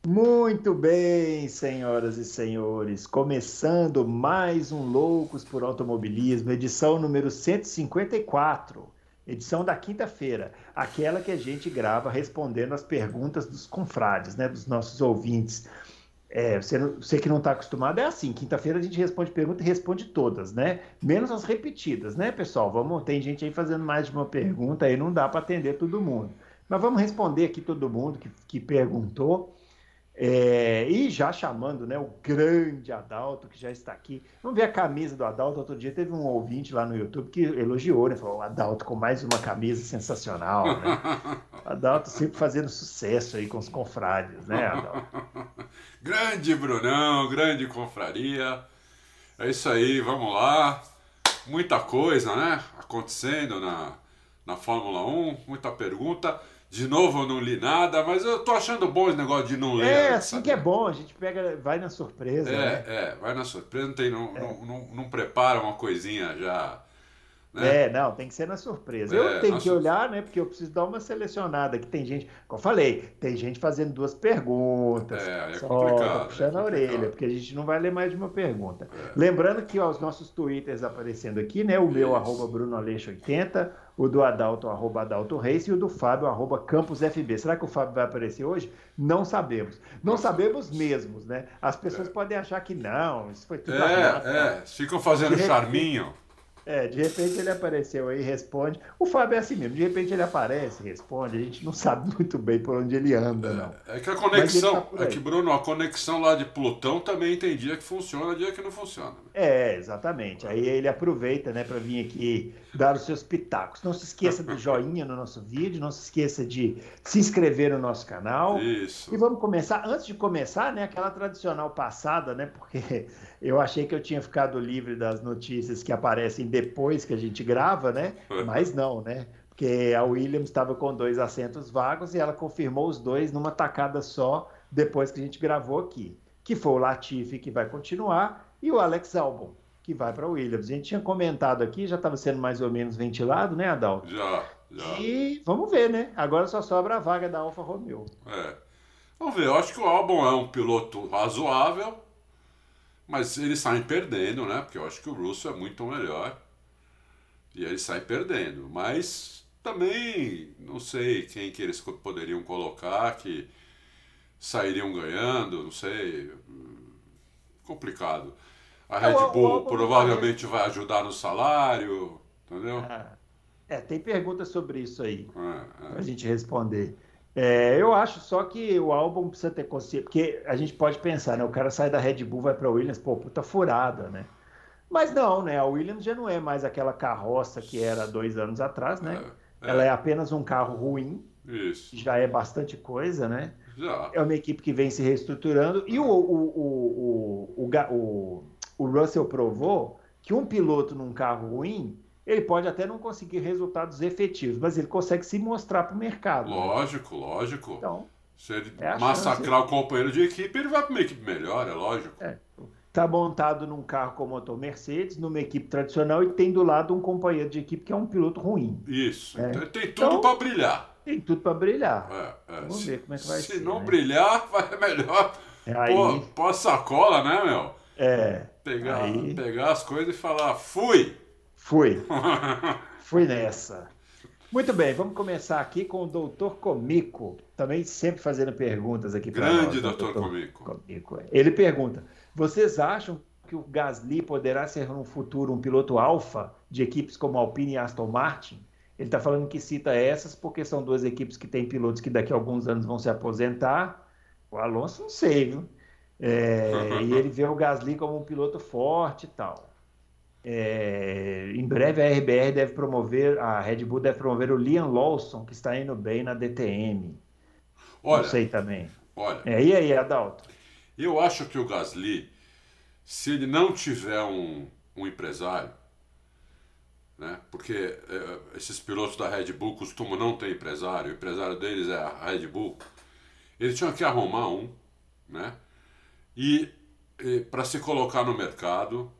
Muito bem, senhoras e senhores, começando mais um Loucos por Automobilismo, edição número 154, edição da quinta-feira, aquela que a gente grava respondendo as perguntas dos confrades, né, dos nossos ouvintes. Você que não está acostumado, é assim, quinta-feira a gente responde pergunta e responde todas, né? Menos as repetidas, né, pessoal? Tem gente aí fazendo mais de uma pergunta, aí não dá para atender todo mundo. Mas vamos responder aqui todo mundo que perguntou. E já chamando, né, o grande Adalto, que já está aqui. Vamos ver a camisa do Adalto. Outro dia teve um ouvinte lá no YouTube que elogiou, né? Falou, o Adalto com mais uma camisa sensacional, né? O Adalto sempre fazendo sucesso aí com os confrades, né, Adalto? Grande Brunão, grande confraria. É isso aí, vamos lá. Muita coisa, né? Acontecendo na Fórmula 1, muita pergunta. De novo, eu não li nada, mas eu tô achando bom esse negócio de não ler É antes, assim que é sabe? bom, a gente pega, vai na surpresa, né? Vai na surpresa, não prepara uma coisinha já, né? Não, tem que ser na surpresa. Eu É, tenho na que sur... olhar, né? Porque eu preciso dar uma selecionada. Que tem gente, como eu falei, tem gente fazendo duas perguntas. É, é Só tá complicado, é puxando a orelha, complicado. porque a gente não vai ler mais de uma pergunta. É, Lembrando que ó, os nossos twitters aparecendo aqui, né? O meu, isso. @BrunoAleixo80, o do Adalto, @AdaltoRace, e o do Fábio, @CampusFB. Será que o Fábio vai aparecer hoje? Não sabemos. Não Não sabemos sabemos. mesmo, né? As pessoas podem achar que não, isso foi tudo armado, tal. Ficam De fazendo repente, charminho. de repente ele apareceu aí e responde. O Fábio é assim mesmo, de repente ele aparece, responde, a gente não sabe muito bem por onde ele anda, não. É que a Mas ele tá conexão, por é que, aí. Bruno, a conexão lá de Plutão também tem dia que funciona, dia que não funciona. Exatamente. Aí ele aproveita, né, para vir aqui dar os seus pitacos. Não se esqueça do joinha no nosso vídeo, não se esqueça de se inscrever no nosso canal. E Isso. vamos começar. Antes de começar, né, aquela tradicional passada, né, porque eu achei que eu tinha ficado livre das notícias que aparecem depois que a gente grava, né? Mas não, né? Porque a Williams estava com 2 assentos vagos e ela confirmou os dois numa tacada só depois que a gente gravou aqui. Que foi o Latifi que vai continuar e o Alex Albon, que vai para a Williams. A gente tinha comentado aqui, já estava sendo mais ou menos ventilado, né, Adalto? Já. E vamos ver, né? Agora só sobra a vaga da Alfa Romeo. É. Vamos ver, eu acho que o Albon é um piloto razoável, mas eles saem perdendo, né? Porque eu acho que o Russell é muito melhor. E eles saem perdendo. Mas também não sei quem que eles poderiam colocar que sairiam ganhando, não sei. Complicado. A Red O Bull Albon não parece. provavelmente vai ajudar no salário, entendeu? Ah, tem perguntas sobre isso aí É, para a é. gente responder. Eu acho só que o Albon precisa ter consciência, porque a gente pode pensar, né? O cara sai da Red Bull, vai para a Williams, pô, puta furada, né? Mas não, né? A Williams já não é mais aquela carroça que era 2 anos atrás, né? Ela é É, apenas um carro ruim, isso. já é bastante coisa, né? Já. É uma equipe que vem se reestruturando e o Russell provou que um piloto num carro ruim, ele pode até não conseguir resultados efetivos, mas ele consegue se mostrar para o mercado, né? Lógico, lógico. Então, Se ele é a chance. massacrar o companheiro de equipe, ele vai para uma equipe melhor, é lógico. Tá montado num carro com motor Mercedes, numa equipe tradicional e tem do lado um companheiro de equipe que é um piloto ruim, Isso. Então né? ele tem tudo para Então, brilhar. tem tudo para brilhar. Vamos Se, ver como é que vai se ser, não né? brilhar, vai melhor Aí, pôr a sacola, né, meu? é, Pegar, aí pegar as coisas e falar, fui! fui, fui nessa. Muito bem, vamos começar aqui com o Doutor Comico, também sempre fazendo perguntas aqui para nós, Grande né, doutor Doutor Comico. Comico? Ele pergunta: vocês acham que o Gasly poderá ser no futuro um piloto alfa de equipes como Alpine e Aston Martin? Ele está falando que cita essas porque são duas equipes que têm pilotos que daqui a alguns anos vão se aposentar. O Alonso não sei, viu? E ele vê o Gasly como um piloto forte e tal. Em breve a Red Bull deve promover o Liam Lawson, que está indo bem na DTM. Não Olha, sei também. olha, E aí, Adalto? eu acho que o Gasly, se ele não tiver um empresário, né? Porque esses pilotos da Red Bull costumam não ter empresário, o empresário deles é a Red Bull. Eles tinham que arrumar um, né? E para se colocar no mercado,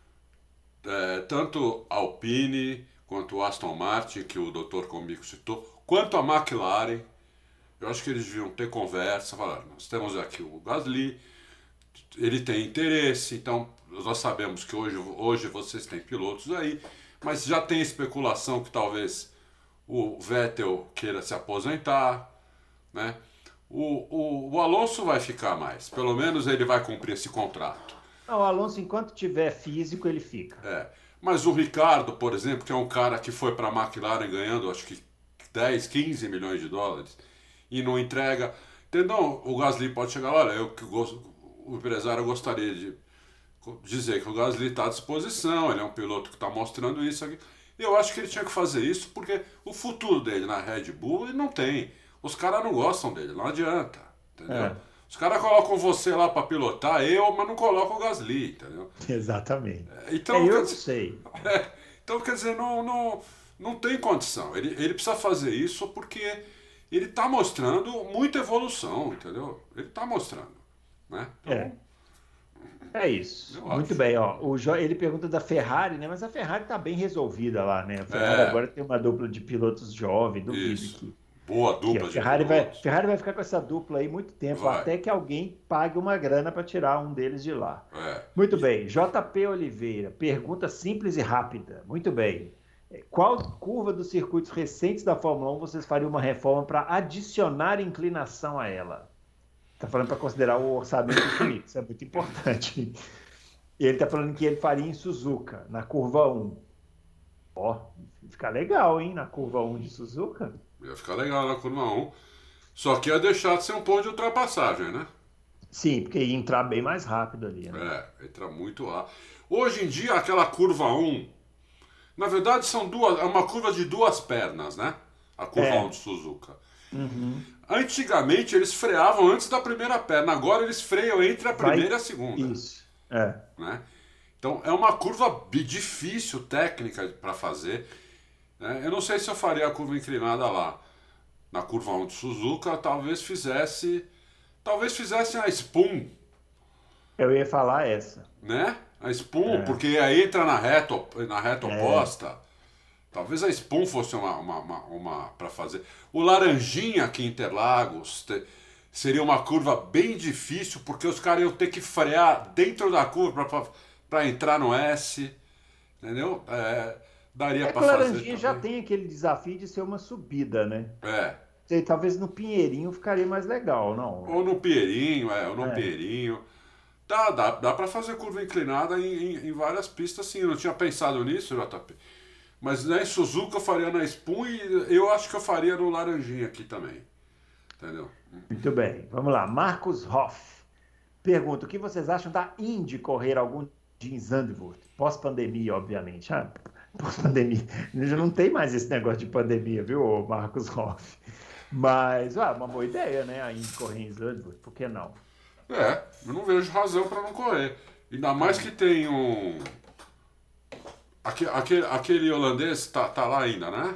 tanto a Alpine quanto o Aston Martin, que o Dr. Comico citou, quanto a McLaren, Eu acho que eles deviam ter conversa, falar, nós temos aqui o Gasly, ele tem interesse, então nós sabemos que hoje vocês têm pilotos aí, mas já tem especulação que talvez o Vettel queira se aposentar, né? O Alonso vai ficar mais, pelo menos ele vai cumprir esse contrato. Não, o Alonso, enquanto tiver físico, ele fica. Mas o Ricardo, por exemplo, que é um cara que foi para a McLaren ganhando, acho que 10, 15 milhões de dólares, e não entrega. Entendeu? O Gasly pode chegar lá, olha, o empresário gostaria de dizer que o Gasly está à disposição, ele é um piloto que está mostrando isso aqui. Eu acho que ele tinha que fazer isso porque o futuro dele na Red Bull ele não tem. Os caras não gostam dele, não adianta, entendeu? Os caras colocam você lá para pilotar, mas não colocam o Gasly, entendeu? Exatamente. Então, eu não sei. Então, quer dizer, não tem condição. Ele precisa fazer isso porque ele está mostrando muita evolução, entendeu? Ele está mostrando, né? Então, é isso. Muito bem, ó. Ele pergunta da Ferrari, né? Mas a Ferrari está bem resolvida lá, né? A Ferrari agora tem uma dupla de pilotos jovens, duvido que. Boa dupla de Ferrari vai ficar com essa dupla aí muito tempo, até que alguém pague uma grana para tirar um deles de lá. Muito bem. JP Oliveira, pergunta simples e rápida. Muito bem. Qual curva dos circuitos recentes da Fórmula 1 vocês fariam uma reforma para adicionar inclinação a ela? Está falando para considerar o orçamento infinito, isso é muito importante. E ele está falando que ele faria em Suzuka, na curva 1. Ó, fica legal, hein, na curva 1 de Suzuka. Ia ficar legal na curva 1. Só que ia deixar de ser um ponto de ultrapassagem, né? Sim, porque ia entrar bem mais rápido ali. Né? Entra muito rápido. Hoje em dia, aquela curva 1, na verdade, é uma curva de duas pernas, né? A curva 1 de Suzuka. Uhum. Antigamente, eles freavam antes da primeira perna. Agora, eles freiam entre a primeira e a segunda. Isso. Né? Então, é uma curva difícil, técnica para fazer. Eu não sei se eu faria a curva inclinada lá. Na curva 1 de Suzuka, talvez fizesse a Spoon. Eu ia falar essa. Né? A Spoon, porque aí entra na reta oposta. Talvez a Spoon fosse uma para fazer. O Laranjinha aqui em Interlagos seria uma curva bem difícil, porque os caras iam ter que frear dentro da curva para entrar no S. Entendeu? Daria para fazer. O Laranjinha já tem aquele desafio de ser uma subida, né? Sei, talvez no Pinheirinho ficaria mais legal, não? Ou no Pinheirinho, Pinheirinho. Dá para fazer curva inclinada em várias pistas, sim. Eu não tinha pensado nisso, JP. Mas em Suzuka eu faria na Spoon e eu acho que eu faria no Laranjinha aqui também. Entendeu? Muito bem. Vamos lá. Marcos Hoff pergunta: o que vocês acham da Indy correr algum dia em Zandvoort? Pós-pandemia, obviamente. Pós-pandemia. Já não tem mais esse negócio de pandemia, viu, Marcos Hoff? Mas, uma boa ideia, né? A Indy correr em Zandvoort. Por que não? Eu não vejo razão para não correr. Ainda mais que tem um... Aquele holandês tá lá ainda, né?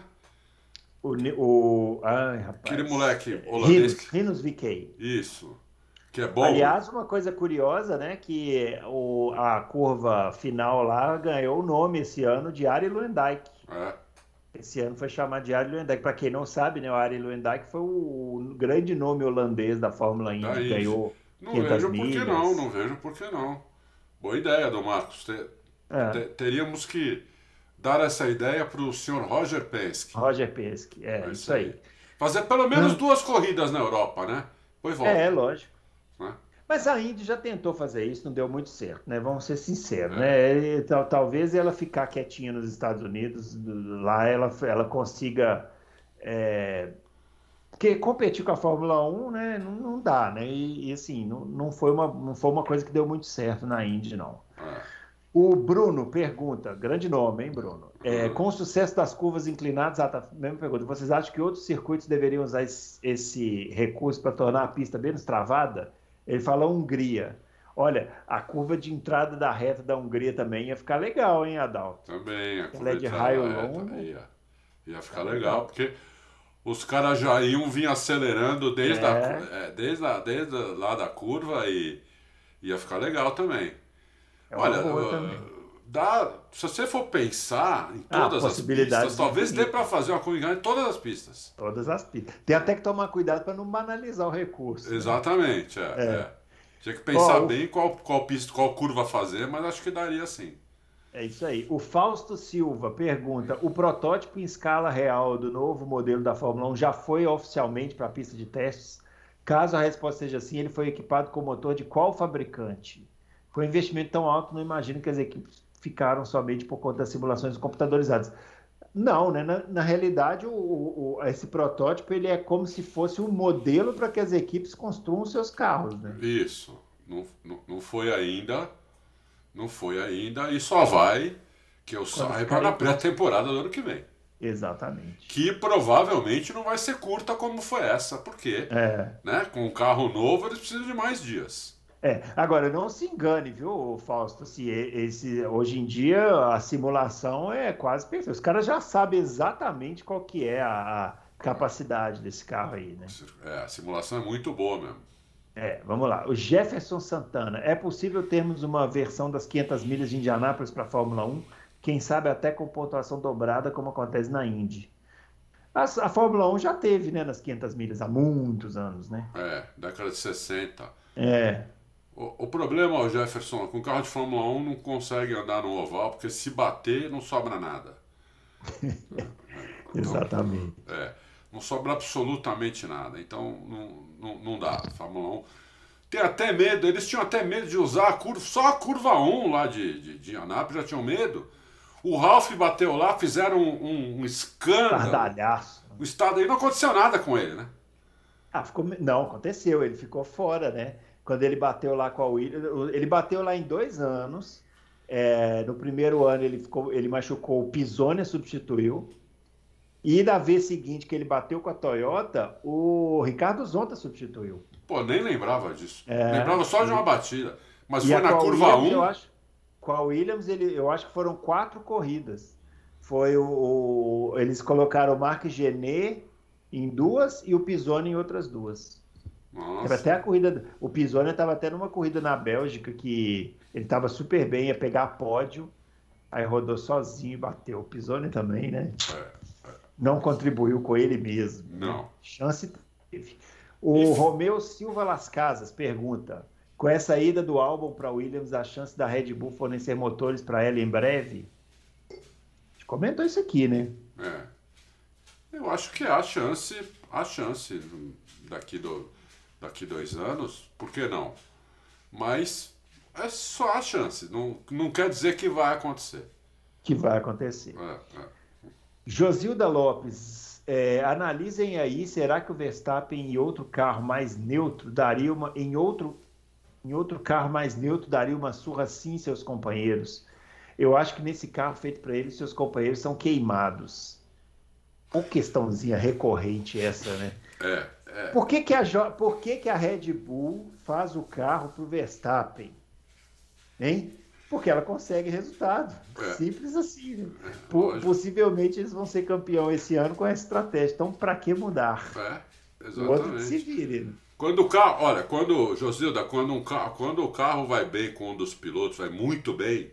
Ai, rapaz. Aquele moleque holandês. Rinus VK. Isso. Que é bom. Aliás, uma coisa curiosa, né? Que a curva final lá ganhou o nome esse ano de Arie Luyendyk. Esse ano foi chamado de Arie Luyendyk. Para quem não sabe, né? O Arie Luyendyk foi o grande nome holandês da Fórmula Indy. Ganhou 500 milhas. Não vejo por que não. Boa ideia, do Marcos. Teríamos que dar essa ideia para o senhor Roger Penske. Roger Penske, isso aí. Fazer pelo menos 2 corridas na Europa, né? Depois volta. Lógico. Mas a Indy já tentou fazer isso, não deu muito certo, né? Vamos ser sinceros, né? Talvez ela ficar quietinha nos Estados Unidos, lá ela consiga... Porque competir com a Fórmula 1, né, não dá, né? E assim, não foi uma coisa que deu muito certo na Indy, não. O Bruno pergunta, grande nome, hein, Bruno? Com o sucesso das curvas inclinadas, mesma pergunta, vocês acham que outros circuitos deveriam usar esse recurso para tornar a pista menos travada? Ele fala Hungria. Olha, a curva de entrada da reta da Hungria também ia ficar legal, hein, Adalto? Também, a curva de raio longo. Ia ficar legal, porque os caras já iam vir acelerando desde lá da curva e ia ficar legal também. Olha, se você for pensar em Ah, todas as possibilidades pistas, talvez dê infinitas. para fazer uma corrida em todas as pistas. Todas as pistas. Tem até que tomar cuidado para não banalizar o recurso, né? Exatamente, É. Tinha que Ó, pensar bem qual pista, qual curva fazer, mas acho que daria sim. é isso aí. O Fausto Silva pergunta: o protótipo em escala real do novo modelo da Fórmula 1 já foi oficialmente para a pista de testes? Caso a resposta seja sim, ele foi equipado com motor de qual fabricante? Com um investimento tão alto, não imagino que as equipes ficaram somente por conta das simulações computadorizadas. Não, né? Na realidade, esse protótipo ele é como se fosse um modelo para que as equipes construam seus carros, né? Isso. Não foi ainda. Não foi ainda. E só vai, que eu Quando saiba, ficarem na prontos. pré-temporada do ano que vem. Exatamente. Que provavelmente não vai ser curta como foi essa, porque, É. né, com um carro novo eles precisam de mais dias. Agora, não se engane, viu, Fausto? Assim, hoje em dia a simulação é quase perfeita. Os caras já sabem exatamente qual que é a capacidade desse carro aí, né? A simulação é muito boa mesmo. Vamos lá. O Jefferson Santana. É possível termos uma versão das 500 milhas de Indianápolis para a Fórmula 1? Quem sabe até com pontuação dobrada, como acontece na Indy. A Fórmula 1 já teve, né, nas 500 milhas há muitos anos, né? Década de 60. É, O problema, ó, Jefferson, é que um carro de Fórmula 1 não consegue andar no oval, porque se bater não sobra nada. Então, exatamente. não sobra absolutamente nada. Então não dá. Fórmula 1 tem até medo, eles tinham até medo de usar só a curva 1 lá de Anápolis, já tinham medo. O Ralf bateu lá, fizeram um escândalo. Tardalhaço. O estado aí não aconteceu nada com ele, né? Não, aconteceu, ele ficou fora, né? Quando ele bateu lá com a Williams, ele bateu lá em 2 anos. No primeiro ano ele machucou, o Pisoni substituiu. E na vez seguinte que ele bateu com a Toyota, o Ricardo Zonta substituiu. Pô, nem lembrava disso. Lembrava só de uma batida. Mas E foi na curva Williams, 1. com a Williams, eu acho que foram 4 corridas. Eles colocaram o Marc Gené em 2 e o Pisoni em outras 2. Teve até a corrida. O Pisoni estava até numa corrida na Bélgica que ele estava super bem, ia pegar pódio, aí rodou sozinho e bateu. O Pisoni também, né? Não contribuiu com ele mesmo. Não. Né? Chance teve. O Romeu Silva Las Casas pergunta: com essa ida do Albon para Williams, a chance da Red Bull fornecer motores para ela em breve? A gente comentou isso aqui, né? Eu acho que há chance daqui 2 anos, por que não? Mas é só a chance, não quer dizer que vai acontecer. Que vai acontecer. Josilda Lopes, analisem aí, será que o Verstappen em outro carro mais neutro daria em outro carro mais neutro daria uma surra sim em seus companheiros? Eu acho que nesse carro feito para ele, seus companheiros são queimados. Uma questãozinha recorrente essa, né? Por que que a Red Bull faz o carro para o Verstappen? Hein? Porque ela consegue resultado. Simples assim. Né? Possivelmente eles vão ser campeão esse ano com essa estratégia. Então, para que mudar? Exatamente. O outro que se vire. Quando o carro, olha, Josilda, quando o carro vai bem com um dos pilotos, vai muito bem,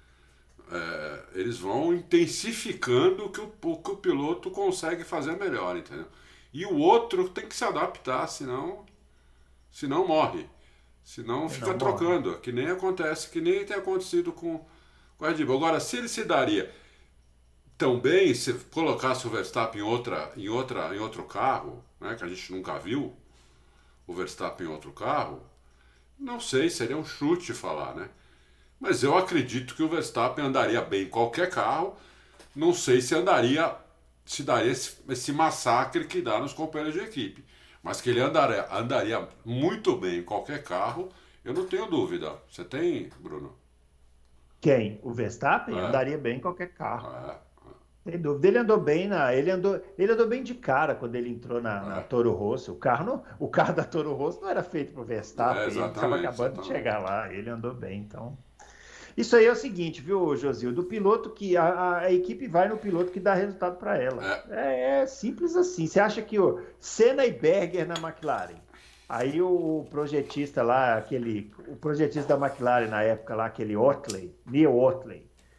eles vão intensificando o que o piloto consegue fazer melhor, entendeu? E o outro tem que se adaptar, senão morre. Senão fica trocando, que nem tem acontecido com a Red Bull. Agora, se ele se daria tão bem, se colocasse o Verstappen em outro carro, né, que a gente nunca viu, o Verstappen em outro carro, não sei, seria um chute falar, né? Mas eu acredito que o Verstappen andaria bem em qualquer carro, não sei se daria esse massacre que dá nos companheiros de equipe. Mas que ele andaria muito bem em qualquer carro, eu não tenho dúvida. Você tem, Bruno? Quem? O Verstappen? Andaria bem em qualquer carro. Sem dúvida. Ele andou bem ele andou bem de cara quando ele entrou na Toro Rosso. O carro da Toro Rosso não era feito para o Verstappen. Ele estava acabando de chegar lá. Ele andou bem, então. Isso aí é o seguinte, viu, Josil? Do piloto que a equipe vai no piloto que dá resultado para ela. É simples assim. Você acha que o Senna e Berger na McLaren? Aí o projetista lá, o projetista da McLaren na época lá, aquele Neil Otley,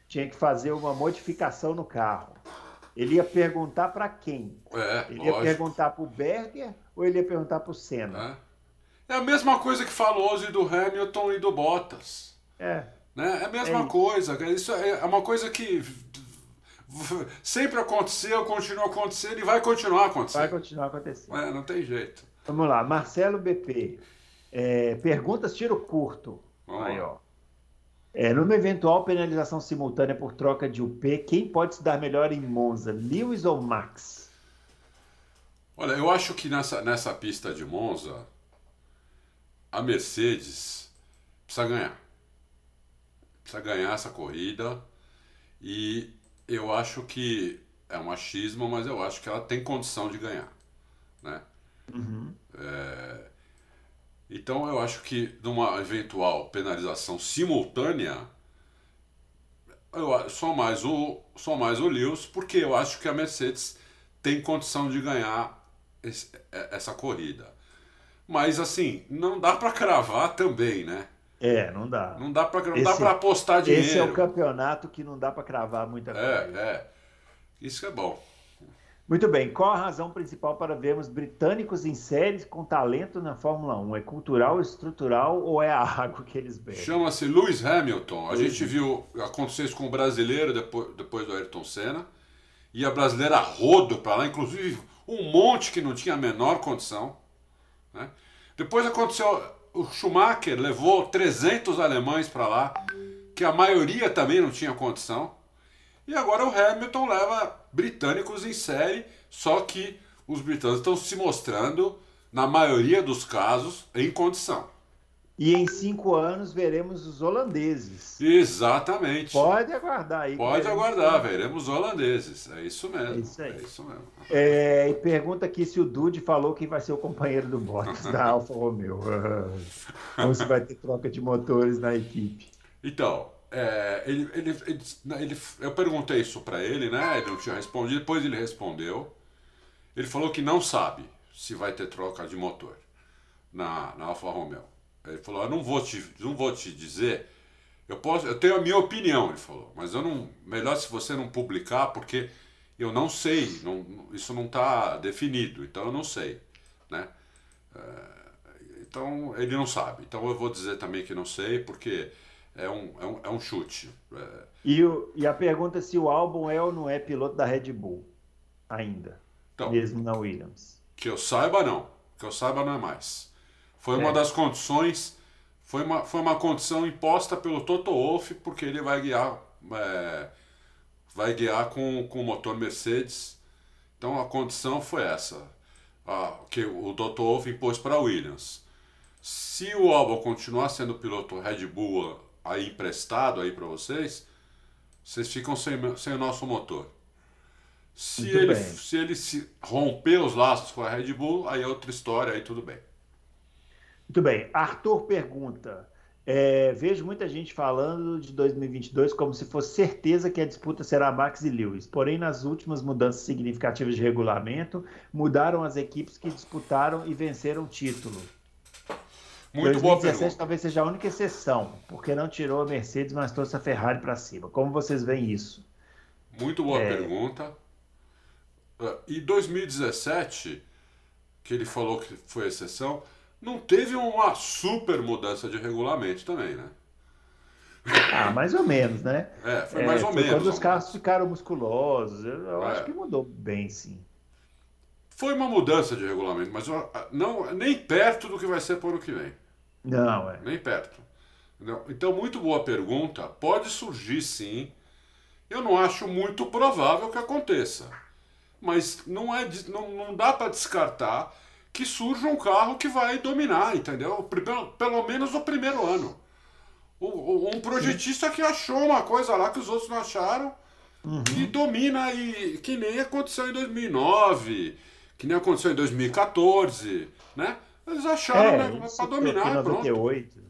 tinha que fazer uma modificação no carro. Ele ia perguntar para quem? Ele ia Lógico. perguntar para o Berger ou ele ia perguntar para o Senna? É a mesma coisa que falou do Hamilton e do Bottas. É. Né? É a mesma coisa. Isso é uma coisa que sempre aconteceu, continua acontecendo e vai continuar acontecendo. Vai continuar acontecendo. Não tem jeito. Vamos lá, Marcelo BP. Perguntas tiro curto. Aí, ó. Numa eventual penalização simultânea por troca de UP, quem pode se dar melhor em Monza, Lewis ou Max? Olha, eu acho que nessa pista de Monza, a Mercedes precisa ganhar. Precisa ganhar essa corrida e eu acho que é um achismo, mas eu acho que ela tem condição de ganhar, né? Uhum. Então eu acho que numa eventual penalização simultânea, eu sou mais o Lewis, porque eu acho que a Mercedes tem condição de ganhar essa corrida. Mas assim, não dá para cravar também, né? Não dá. Não dá para apostar dinheiro. Esse é o campeonato que não dá para cravar muita coisa. Isso é bom. Muito bem. Qual a razão principal para vermos britânicos em séries com talento na Fórmula 1? É cultural, estrutural ou é a água que eles bebem? Chama-se Lewis Hamilton. A gente viu acontecer isso com o brasileiro depois do Ayrton Senna. E a brasileira rodo para lá, inclusive um monte que não tinha a menor condição. Né? Depois aconteceu, o Schumacher levou 300 alemães para lá, que a maioria também não tinha condição. E agora o Hamilton leva britânicos em série, só que os britânicos estão se mostrando, na maioria dos casos, em condição. E em 5 anos veremos os holandeses. Exatamente. Pode aguardar aí. Pode aguardar, veremos os holandeses. É isso mesmo. É isso aí. É isso mesmo. E pergunta aqui se o Dude falou quem vai ser o companheiro do Bottas da Alfa Romeo. Ou se vai ter troca de motores na equipe. Então, eu perguntei isso para ele, né? Ele não tinha respondido, depois ele respondeu. Ele falou que não sabe se vai ter troca de motor na Alfa Romeo. Ele falou, eu não vou te dizer, eu tenho a minha opinião, ele falou, mas melhor se você não publicar, porque eu não sei, isso não está definido, então eu não sei, né? Então ele não sabe, então eu vou dizer também que não sei, porque é um chute. E a pergunta é se o Albon é ou não é piloto da Red Bull ainda, então, mesmo na Williams. Que eu saiba não é mais. Foi uma das condições, foi uma condição imposta pelo Toto Wolff, porque ele vai guiar com o motor Mercedes. Então a condição foi essa, que o Toto Wolff impôs para a Williams. Se o Albon continuar sendo piloto Red Bull aí emprestado aí para vocês ficam sem o nosso motor. Se ele se romper os laços com a Red Bull, aí é outra história, aí tudo bem. Muito bem. Arthur pergunta, vejo muita gente falando de 2022 como se fosse certeza que a disputa será Max e Lewis. Porém, nas últimas mudanças significativas de regulamento, mudaram as equipes que disputaram e venceram o título. Muito 2017 boa pergunta. Talvez seja a única exceção, porque não tirou a Mercedes, mas trouxe a Ferrari para cima. Como vocês veem isso? Muito boa pergunta. E 2017, que ele falou que foi exceção, não teve uma super mudança de regulamento também, né? Mais ou menos, né? Foi mais ou menos. Quando os carros ficaram musculosos, eu acho que mudou bem, sim. Foi uma mudança de regulamento, mas nem perto do que vai ser para o ano que vem. Não, Nem perto. Não. Então, muito boa pergunta. Pode surgir, sim. Eu não acho muito provável que aconteça. Mas não dá para descartar que surja um carro que vai dominar, entendeu? Pelo menos no primeiro ano. Um projetista que achou uma coisa lá que os outros não acharam e domina, e que nem aconteceu em 2009, que nem aconteceu em 2014, né? Eles acharam para dominar. Em 98.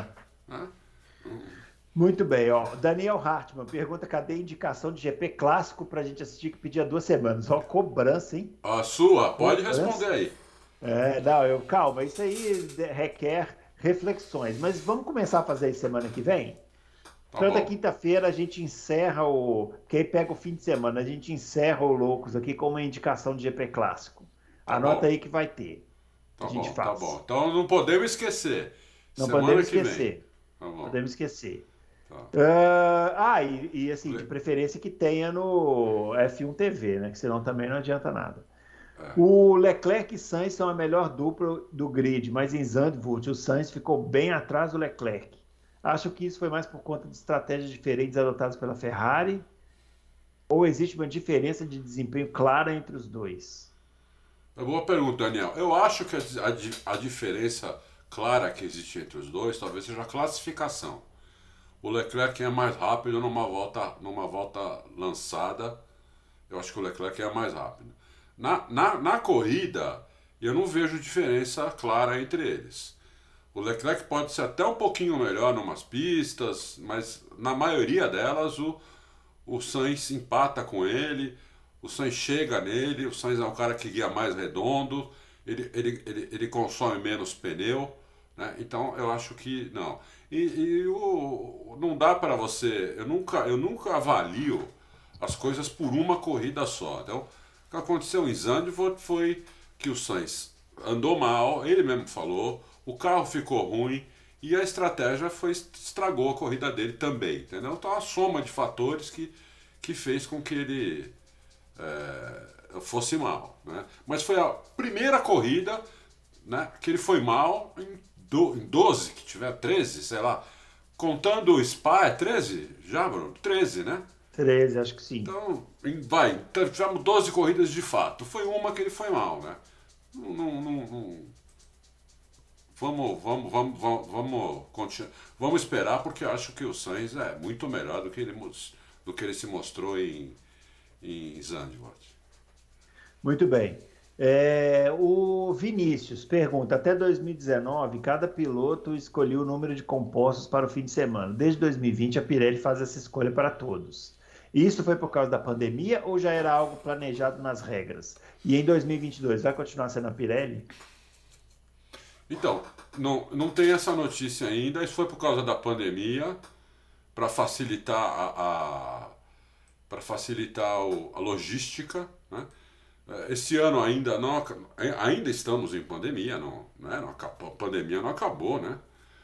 Muito bem, ó. Daniel Hartmann pergunta: cadê a indicação de GP clássico pra gente assistir, que pedia 2 semanas? Ó, cobrança, hein? A sua, pode responder aí. Calma, isso aí requer reflexões. Mas vamos começar a fazer isso semana que vem? Tá Toda bom, quinta-feira a gente encerra o. Quem pega o fim de semana, a gente encerra o Loucos aqui com uma indicação de GP Clássico. tá Anota bom, aí que vai ter. A tá gente bom, tá bom. faz. Então não podemos esquecer. Não Semana podemos que vem. esquecer. Tá bom. Podemos esquecer. Tá. E assim, de preferência que tenha no F1 TV, né? Que senão também não adianta nada. É. O Leclerc e Sainz são a melhor dupla do grid, mas em Zandvoort o Sainz ficou bem atrás do Leclerc. Acho que isso foi mais por conta de estratégias diferentes adotadas pela Ferrari, ou existe uma diferença de desempenho clara entre os dois? É boa pergunta, Daniel. Eu acho que a diferença clara que existe entre os dois talvez seja a classificação. O Leclerc é mais rápido numa volta lançada. Eu acho que o Leclerc é mais rápido. Na corrida, eu não vejo diferença clara entre eles. O Leclerc pode ser até um pouquinho melhor em umas pistas, mas na maioria delas o Sainz empata com ele, o Sainz chega nele, o Sainz é um cara que guia mais redondo, ele consome menos pneu, né? Então eu acho que não. Não dá para você. Eu nunca avalio as coisas por uma corrida só. Então, o que aconteceu em Zandvoort foi que o Sainz andou mal, ele mesmo falou, o carro ficou ruim e a estratégia estragou a corrida dele também, entendeu? Então, a soma de fatores que fez com que ele fosse mal, né? Mas foi a primeira corrida, né, que ele foi mal em 12, que tiver 13, sei lá. Contando o Spa, é 13? Já, Bruno? 13, né? 13, acho que sim. Então, então, tivemos 12 corridas de fato. Foi uma que ele foi mal, né? Vamos continuar. Vamos esperar, porque eu acho que o Sainz é muito melhor do que ele se mostrou em Zandvoort. Muito bem. O Vinícius pergunta: até 2019, cada piloto escolhia o número de compostos para o fim de semana. Desde 2020, a Pirelli faz essa escolha para todos. Isso foi por causa da pandemia ou já era algo planejado nas regras? E em 2022, vai continuar sendo a Pirelli? Então, não tem essa notícia ainda. Isso foi por causa da pandemia, para facilitar para facilitar a logística, né? Esse ano ainda estamos em pandemia, a pandemia não acabou, né?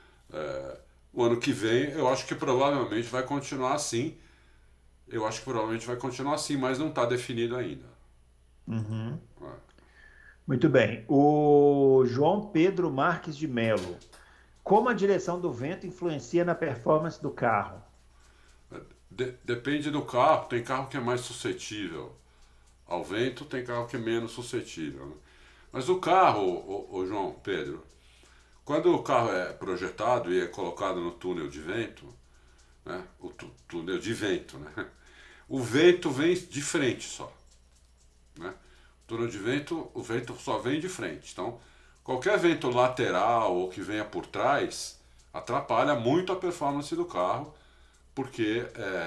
O ano que vem eu acho que provavelmente vai continuar assim. Eu acho que provavelmente vai continuar assim, mas não está definido ainda. Uhum. É. Muito bem. O João Pedro Marques de Melo: como a direção do vento influencia na performance do carro? Depende do carro. Tem carro que é mais suscetível ao vento, tem carro que é menos suscetível, né? Mas o carro, o João Pedro, quando o carro é projetado e é colocado no túnel de vento, né? O túnel de vento, né? O vento vem de frente só, né? O túnel de vento, o vento só vem de frente. Então, qualquer vento lateral ou que venha por trás atrapalha muito a performance do carro, porque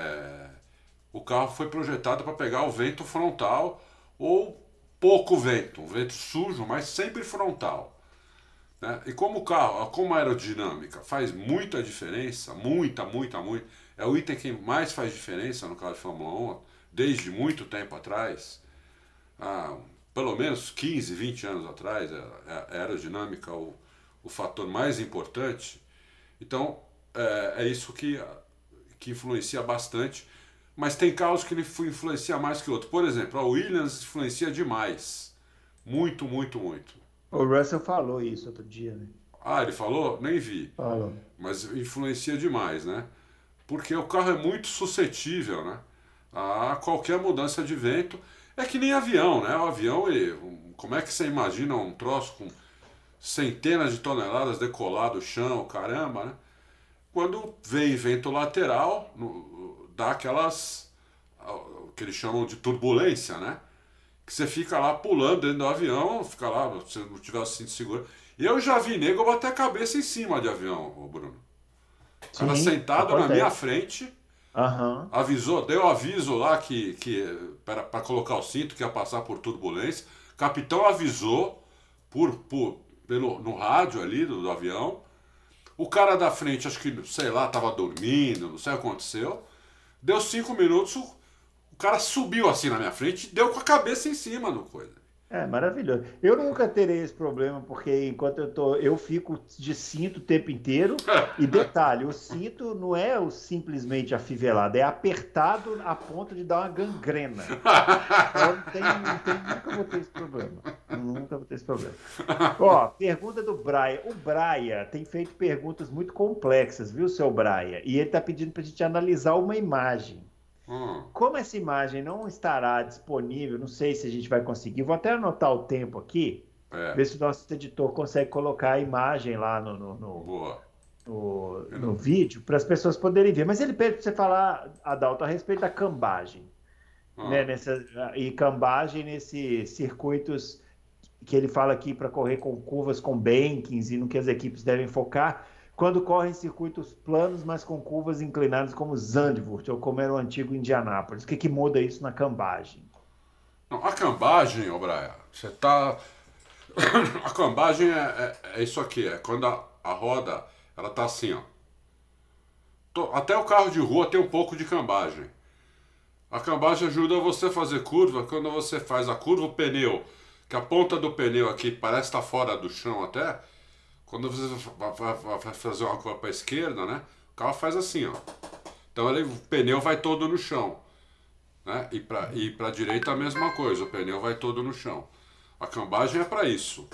o carro foi projetado para pegar o vento frontal ou pouco vento, um vento sujo, mas sempre frontal, né? E como o carro, como a aerodinâmica faz muita diferença, muita, é o item que mais faz diferença no carro de Fórmula 1, desde muito tempo atrás, pelo menos 15, 20 anos atrás, a aerodinâmica o fator mais importante. Então, é isso que influencia bastante, mas tem carros que ele influencia mais que outro. Por exemplo, a Williams influencia demais. Muito, muito, muito. O Russell falou isso outro dia, né? Ah, ele falou? Nem vi. Falou. Mas influencia demais, né? Porque o carro é muito suscetível, né, a qualquer mudança de vento. É que nem avião, né? O avião, como é que você imagina um troço com centenas de toneladas decolar do chão, caramba, né? Quando vem vento lateral, dá aquelas que eles chamam de turbulência, né? Que você fica lá pulando dentro do avião, fica lá, se não tiver o cinto seguro. Eu já vi nego bater a cabeça em cima de avião, Bruno. O cara Sim, sentado na minha acontece. frente, Aham. deu aviso lá que para colocar o cinto, que ia passar por turbulência. O capitão avisou no rádio ali do avião. O cara da frente, acho que, sei lá, tava dormindo, não sei o que aconteceu. Deu 5 minutos, o cara subiu assim na minha frente e deu com a cabeça em cima do coisa. É maravilhoso. Eu nunca terei esse problema, porque enquanto eu fico de cinto o tempo inteiro. E detalhe, o cinto não é simplesmente afivelado, é apertado a ponto de dar uma gangrena. Então nunca vou ter esse problema. Nunca vou ter esse problema. Ó, pergunta do Braia. O Braia tem feito perguntas muito complexas, viu, seu Braia? E ele está pedindo para a gente analisar uma imagem. Como essa imagem não estará disponível, não sei se a gente vai conseguir, vou até anotar o tempo aqui, ver se o nosso editor consegue colocar a imagem lá no vídeo, para as pessoas poderem ver. Mas ele pede para você falar, Adalto, a respeito da cambagem. Né, e cambagem nesses circuitos que ele fala aqui para correr com curvas com bankings e no que as equipes devem focar, quando correm circuitos planos, mas com curvas inclinadas como Zandvoort, ou como era o antigo Indianápolis. O que muda isso na cambagem? Não, a cambagem, Brian, você tá... A cambagem é isso aqui, é quando a roda, ela tá assim, ó. Até o carro de rua tem um pouco de cambagem. A cambagem ajuda você a fazer curva, quando você faz a curva, o pneu, que a ponta do pneu aqui parece estar fora do chão até... Quando você vai fazer uma curva para a esquerda, né? O carro faz assim, ó. Então o pneu vai todo no chão, né? E para a direita a mesma coisa, o pneu vai todo no chão. A cambagem é para isso.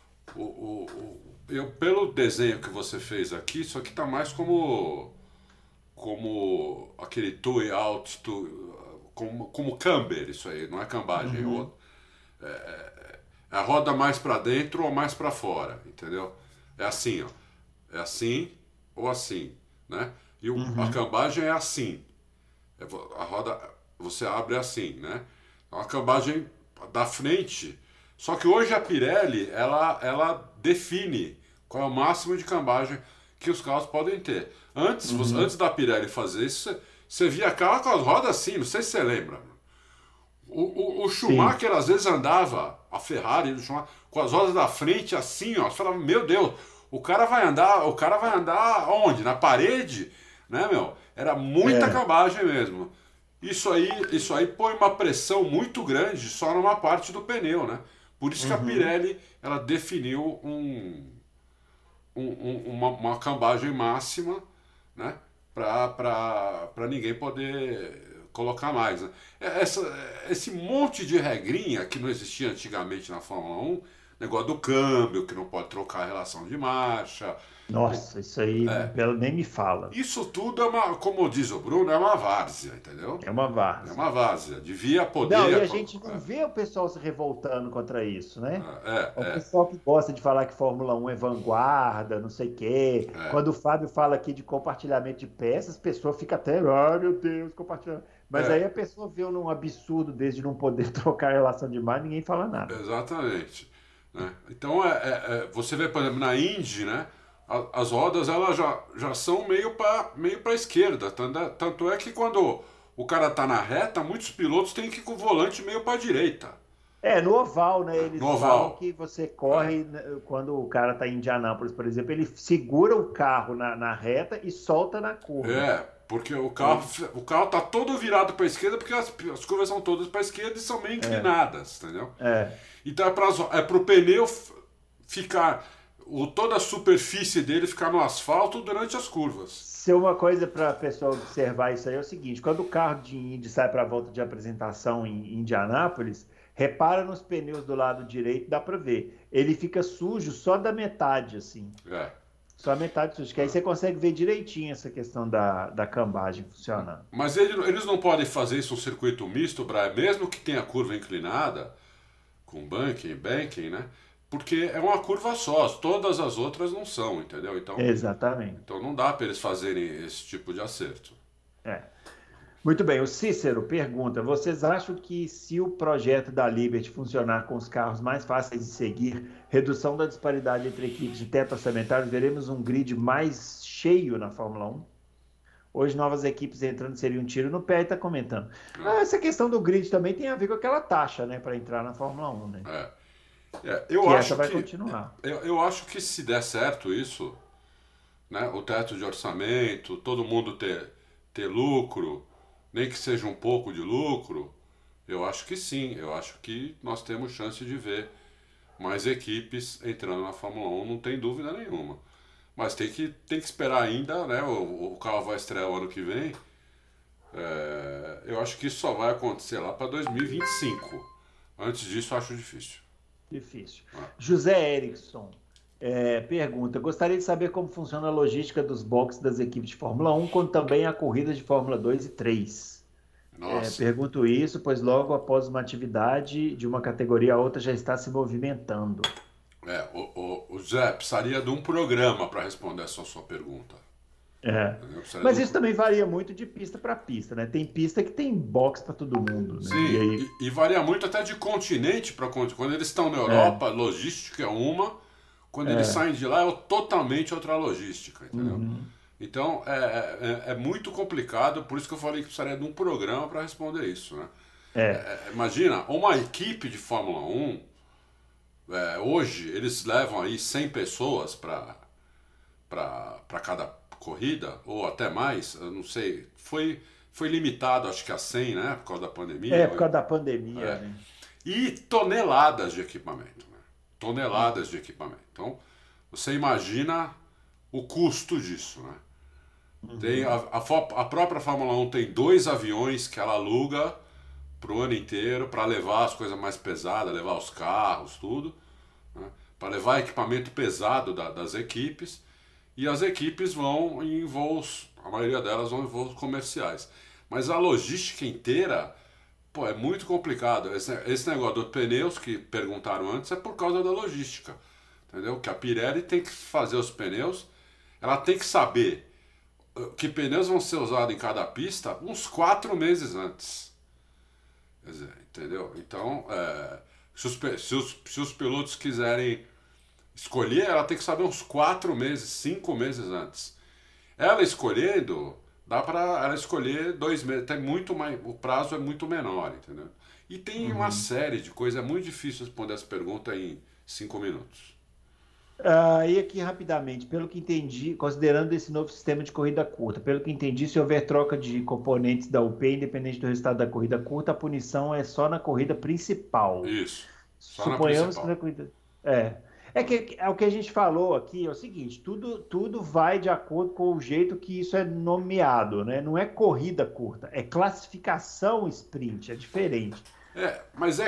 Pelo desenho que você fez aqui, isso aqui tá mais como aquele toe out, como camber, isso aí, não é cambagem. É a roda mais para dentro ou mais para fora, entendeu? É assim, ó. É assim ou assim, né? E a cambagem é assim. A roda, você abre assim, né? A cambagem da frente. Só que hoje a Pirelli, ela define qual é o máximo de cambagem que os carros podem ter. Antes da Pirelli fazer isso, você via carro com as rodas assim, não sei se você lembra. O Schumacher às vezes andava, a Ferrari do Schumacher, com as rodas da frente assim, ó. Você falava, meu Deus, o cara vai andar onde? Na parede? Né, meu? Era muita cambagem mesmo. Isso aí põe uma pressão muito grande só numa parte do pneu, né? Por isso que a Pirelli, ela definiu uma cambagem máxima, né? Para ninguém poder colocar mais, né? Esse monte de regrinha que não existia antigamente na Fórmula 1, negócio do câmbio, que não pode trocar a relação de marcha. Nossa, isso aí nem me fala. Isso tudo como diz o Bruno, é uma várzea, entendeu? É uma várzea. É uma várzea. Devia poder... Não, e a gente não vê o pessoal se revoltando contra isso, né? O pessoal que gosta de falar que Fórmula 1 é vanguarda, não sei o quê. Quando o Fábio fala aqui de compartilhamento de peças, a pessoa fica até, ai meu Deus, compartilhamento. Mas aí a pessoa vê um absurdo desde não poder trocar a relação de mar, ninguém fala nada. Exatamente. Né? Então, você vê, por exemplo, na Indy, né? As rodas elas já são meio para a esquerda. Tanto é que quando o cara tá na reta, muitos pilotos têm que ir com o volante meio para a direita. No oval, né? Eles falam que você corre, quando o cara tá em Indianápolis, por exemplo, ele segura o carro na reta e solta na curva. Porque o carro tá todo virado para a esquerda, porque as curvas são todas para a esquerda e são meio inclinadas, entendeu? Então é para o pneu ficar... toda a superfície dele ficar no asfalto durante as curvas. Se uma coisa para a pessoa observar isso aí é o seguinte, quando o carro de Indy sai para a volta de apresentação em Indianápolis, repara nos pneus do lado direito, dá para ver. Ele fica sujo só da metade, assim. Só a metade sujo, que aí você consegue ver direitinho essa questão da cambagem funcionando. Mas eles não podem fazer isso no circuito misto, Brian, mesmo que tenha curva inclinada, com banking, né? Porque é uma curva só, todas as outras não são, entendeu? Então, exatamente. Então não dá para eles fazerem esse tipo de acerto. Muito bem, o Cícero pergunta, vocês acham que se o projeto da Liberty funcionar com os carros mais fáceis de seguir, redução da disparidade entre equipes de teto orçamentário, veremos um grid mais cheio na Fórmula 1? Hoje novas equipes entrando seria um tiro no pé e está comentando. Essa questão do grid também tem a ver com aquela taxa, né, para entrar na Fórmula 1, né? Eu acho essa vai continuar. Eu acho que se der certo isso, né? O teto de orçamento, todo mundo ter lucro, nem que seja um pouco de lucro, eu acho que sim, eu acho que nós temos chance de ver mais equipes entrando na Fórmula 1, não tem dúvida nenhuma. Mas tem que esperar ainda, né? O carro vai estrear o ano que vem. Eu acho que isso só vai acontecer lá para 2025. Antes disso, eu acho difícil. Difícil. José Erickson pergunta: gostaria de saber como funciona a logística dos boxes das equipes de Fórmula 1, como também a corrida de Fórmula 2 e 3. Nossa. Pergunto isso, pois logo após uma atividade de uma categoria a outra já está se movimentando. O Zé precisaria de um programa para responder essa sua pergunta. Mas isso também varia muito de pista para pista, né? Tem pista que tem box para todo mundo, né? Sim, e varia muito até de continente para continente. Quando eles estão na Europa, logística é uma. Quando eles saem de lá, é totalmente outra logística, entendeu? Uhum. Então, é muito complicado, por isso que eu falei que precisaria de um programa para responder isso, né? Imagina, uma equipe de Fórmula 1, hoje, eles levam aí 100 pessoas para cada corrida, ou até mais, eu não sei, foi limitado, acho que a 100, né, por causa da pandemia. Por causa da pandemia, né? E toneladas de equipamento, né? Toneladas de equipamento. Então, você imagina o custo disso, né? Tem a própria Fórmula 1 tem 2 aviões que ela aluga para o ano inteiro para levar as coisas mais pesadas, levar os carros, tudo, né? Para levar equipamento pesado das equipes. E as equipes vão em voos, a maioria delas vão em voos comerciais. Mas a logística inteira, é muito complicado. Esse negócio dos pneus que perguntaram antes é por causa da logística. Entendeu? Que a Pirelli tem que fazer os pneus, ela tem que saber que pneus vão ser usados em cada pista uns 4 meses antes. Quer dizer, entendeu? Então, se os pilotos quiserem escolher, ela tem que saber uns 4 meses, 5 meses antes. Ela escolhendo, dá para ela escolher 2 meses, tem muito mais, o prazo é muito menor, entendeu? E tem uma série de coisas, é muito difícil responder essa pergunta em 5 minutos. E aqui rapidamente, pelo que entendi, considerando esse novo sistema de corrida curta, pelo que entendi, se houver troca de componentes da UP, independente do resultado da corrida curta, a punição é só na corrida principal. Isso. Só Suponhamos na que na corrida. O que a gente falou aqui é o seguinte: tudo vai de acordo com o jeito que isso é nomeado, né? Não é corrida curta, é classificação sprint, é diferente. Mas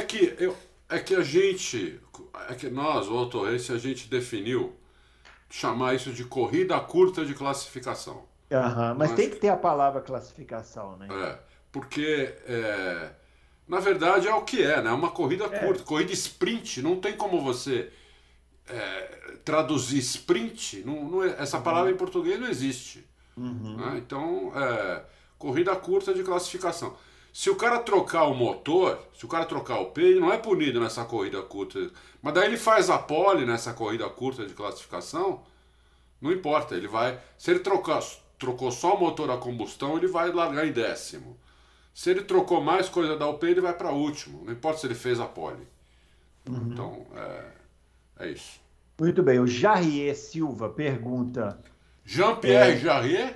nós, o Autorrace, a gente definiu chamar isso de corrida curta de classificação. Mas tem que ter a palavra classificação, né? Porque na verdade é o que né? Uma corrida curta, corrida sprint, não tem como você traduzir sprint, essa palavra em português não existe. Né? Então, corrida curta de classificação. Se o cara trocar o motor, se o cara trocar o pneu, ele não é punido nessa corrida curta. Mas daí ele faz a pole nessa corrida curta de classificação, não importa, ele vai. Se ele trocou só o motor a combustão, ele vai largar em 10º. Se ele trocou mais coisa da UP, ele vai para último. Não importa se ele fez a pole. Então, é isso. Muito bem. O Jarrier Silva pergunta... Jean-Pierre Jarrier?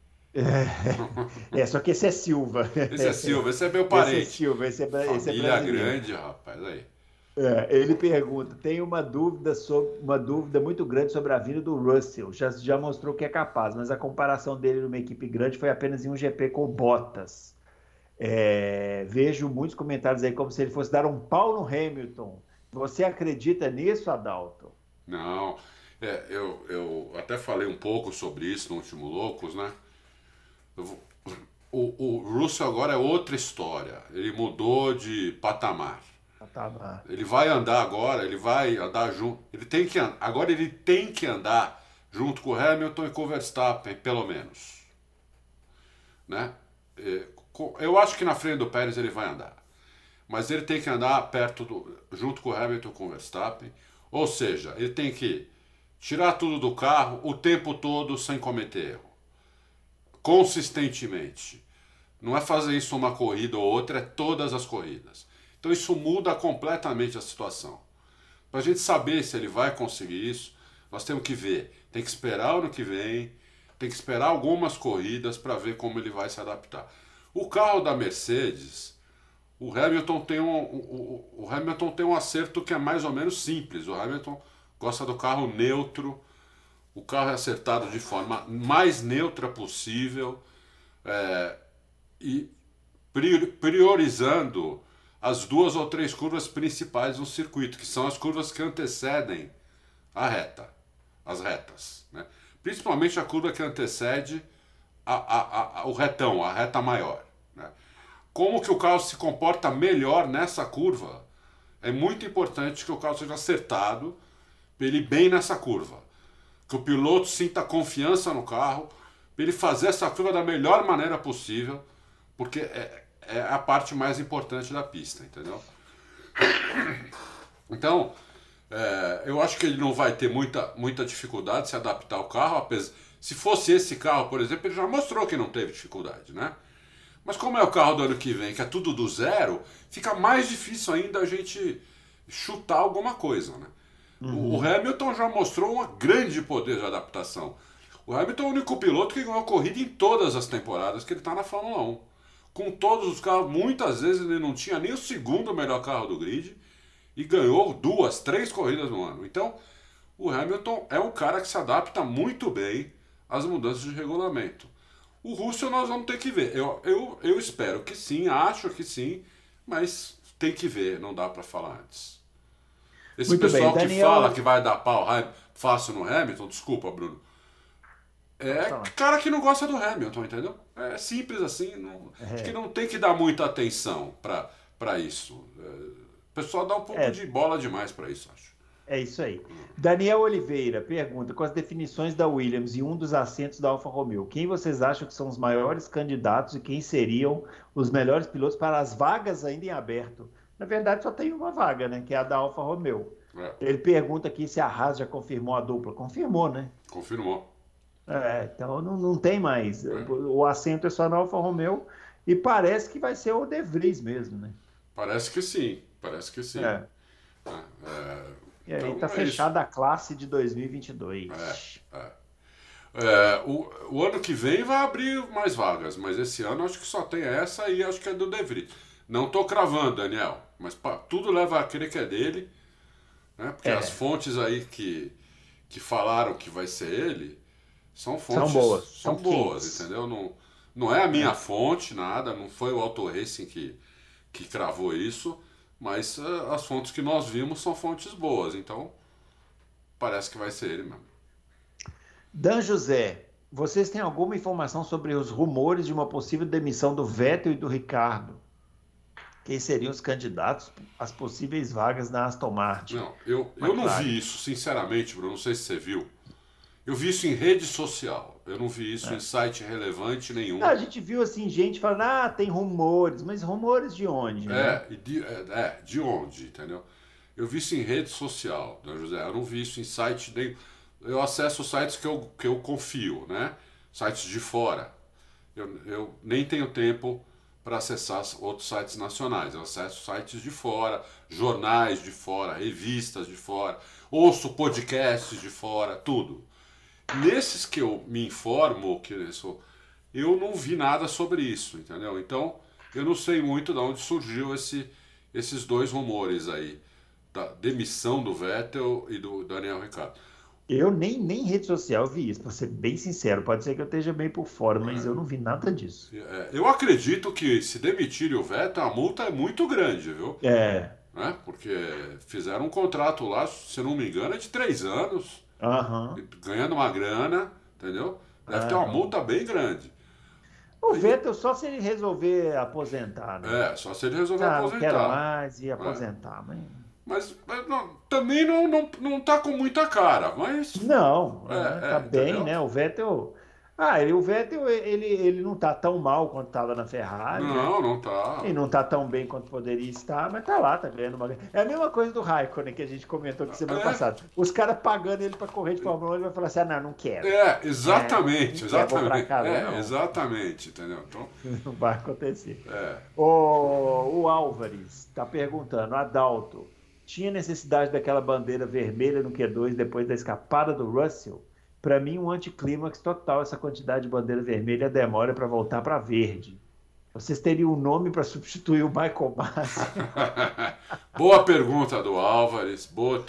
Só que esse é Silva. Esse é Silva, esse é meu parente. Esse é Silva, esse é Família brasileiro. grande, rapaz, aí. Ele pergunta, tem uma dúvida muito grande sobre a vida do Russell. Já mostrou que é capaz, mas a comparação dele numa equipe grande foi apenas em um GP com Bottas. Vejo muitos comentários aí como se ele fosse dar um pau no Hamilton. Você acredita nisso, Adalto? Não, eu até falei um pouco sobre isso no último Loucos, né? O Russell agora é outra história. Ele mudou de patamar. Ele vai andar agora, ele vai andar junto. Agora ele tem que andar junto com o Hamilton e com o Verstappen, pelo menos. Né? Eu acho que na frente do Pérez ele vai andar. Mas ele tem que andar junto com o Hamilton e com o Verstappen. Ou seja, ele tem que tirar tudo do carro o tempo todo sem cometer erro. Consistentemente. Não é fazer isso uma corrida ou outra, é todas as corridas. Então isso muda completamente a situação. Para a gente saber se ele vai conseguir isso, Nós temos que ver. Tem que esperar o ano que vem, tem que esperar algumas corridas para ver como ele vai se adaptar. O carro da Mercedes, o Hamilton tem um acerto que é mais ou menos simples. O Hamilton gosta do carro neutro, o carro é acertado de forma mais neutra possível, e priorizando as 2 ou 3 curvas principais no circuito, que são as curvas que antecedem as retas, né? Principalmente a curva que antecede o retão, a reta maior, né? Como que o carro se comporta melhor nessa curva, é muito importante que o carro seja acertado para ele ir bem nessa curva, que o piloto sinta confiança no carro, para ele fazer essa curva da melhor maneira possível, porque é a parte mais importante da pista, entendeu? Então, eu acho que ele não vai ter muita dificuldade de se adaptar ao carro. Se fosse esse carro, por exemplo, ele já mostrou que não teve dificuldade, né? Mas como é o carro do ano que vem, que é tudo do zero, fica mais difícil ainda a gente chutar alguma coisa, né? O Hamilton já mostrou um grande poder de adaptação. O Hamilton é o único piloto que ganhou corrida em todas as temporadas que ele está na Fórmula 1. Com todos os carros, muitas vezes ele não tinha nem o segundo melhor carro do grid e ganhou 2, 3 corridas no ano. Então, o Hamilton é um cara que se adapta muito bem às mudanças de regulamento. O Russell nós vamos ter que ver. Eu espero que sim, acho que sim, mas tem que ver, não dá para falar antes. Esse Muito pessoal bem, que Daniel... fala que vai dar pau fácil no Hamilton, desculpa, Bruno, cara que não gosta do Hamilton, entendeu? É simples assim, acho que não tem que dar muita atenção para isso. O pessoal dá um pouco de bola demais para isso, acho. É isso aí. Daniel Oliveira pergunta, com as definições da Williams e um dos assentos da Alfa Romeo, quem vocês acham que são os maiores candidatos e quem seriam os melhores pilotos para as vagas ainda em aberto? Na verdade, só tem uma vaga, né? Que é a da Alfa Romeo. Ele pergunta aqui se a Haas já confirmou a dupla. Confirmou, né? Confirmou. Então não tem mais. O assento é só na Alfa Romeo e parece que vai ser o De Vries mesmo, né? Parece que sim. E aí tá fechada a classe de 2022. O ano que vem vai abrir mais vagas, mas esse ano acho que só tem essa e acho que é do De Vries. Não tô cravando, Daniel, mas tudo leva a crer que é dele, né? Porque as fontes aí que falaram que vai ser ele são fontes são boas, entendeu? Não é a minha fonte, nada, não foi o Auto Racing que cravou isso, mas as fontes que nós vimos são fontes boas, então parece que vai ser ele mesmo. Dan José, vocês têm alguma informação sobre os rumores de uma possível demissão do Vettel e do Ricardo? Quem seriam os candidatos às possíveis vagas na Aston Martin? Não, eu não vi isso, sinceramente, Bruno, não sei se você viu. Eu vi isso em rede social, eu não vi isso em site relevante nenhum. Não, a gente viu assim, gente falando, tem rumores, mas rumores de onde? Né? De onde, entendeu? Eu vi isso em rede social, né, José? Eu não vi isso em site nenhum. Eu acesso sites que eu confio, né? Sites de fora. Eu nem tenho tempo para acessar outros sites nacionais. Eu acesso sites de fora, jornais de fora, revistas de fora, ouço podcasts de fora, tudo. Nesses que eu me informo, eu não vi nada sobre isso, entendeu? Então, eu não sei muito de onde surgiu esses 2 rumores aí, da demissão do Vettel e do Daniel Ricciardo. Eu nem em rede social vi isso, para ser bem sincero. Pode ser que eu esteja bem por fora, mas eu não vi nada disso. Eu acredito que se demitirem o Vettel, a multa é muito grande, viu? Né? Porque fizeram um contrato lá, se não me engano, é de 3 anos, ganhando uma grana, entendeu? Deve ter uma multa bem grande. O Vettel só se ele resolver aposentar, né? Só se ele resolver aposentar. Não quero mais e aposentar, Mas também não tá com muita cara, mas... Não, tá bem, entendeu? né? O Vettel... o Vettel, ele não tá tão mal quanto estava na Ferrari. Não tá. E não tá tão bem quanto poderia estar, mas tá lá, tá ganhando uma... É a mesma coisa do Raikkonen que a gente comentou aqui semana passada. Os caras pagando ele para correr de Fórmula 1, ele vai falar assim, não quero. Exatamente. Exatamente, entendeu? Então... Não vai acontecer. O Álvares tá perguntando, Adalto, tinha necessidade daquela bandeira vermelha no Q2 depois da escapada do Russell. Para mim, um anticlímax total essa quantidade de bandeira vermelha demora para voltar para verde. Vocês teriam um nome para substituir o Michael Masi? Boa pergunta do Álvares, boa.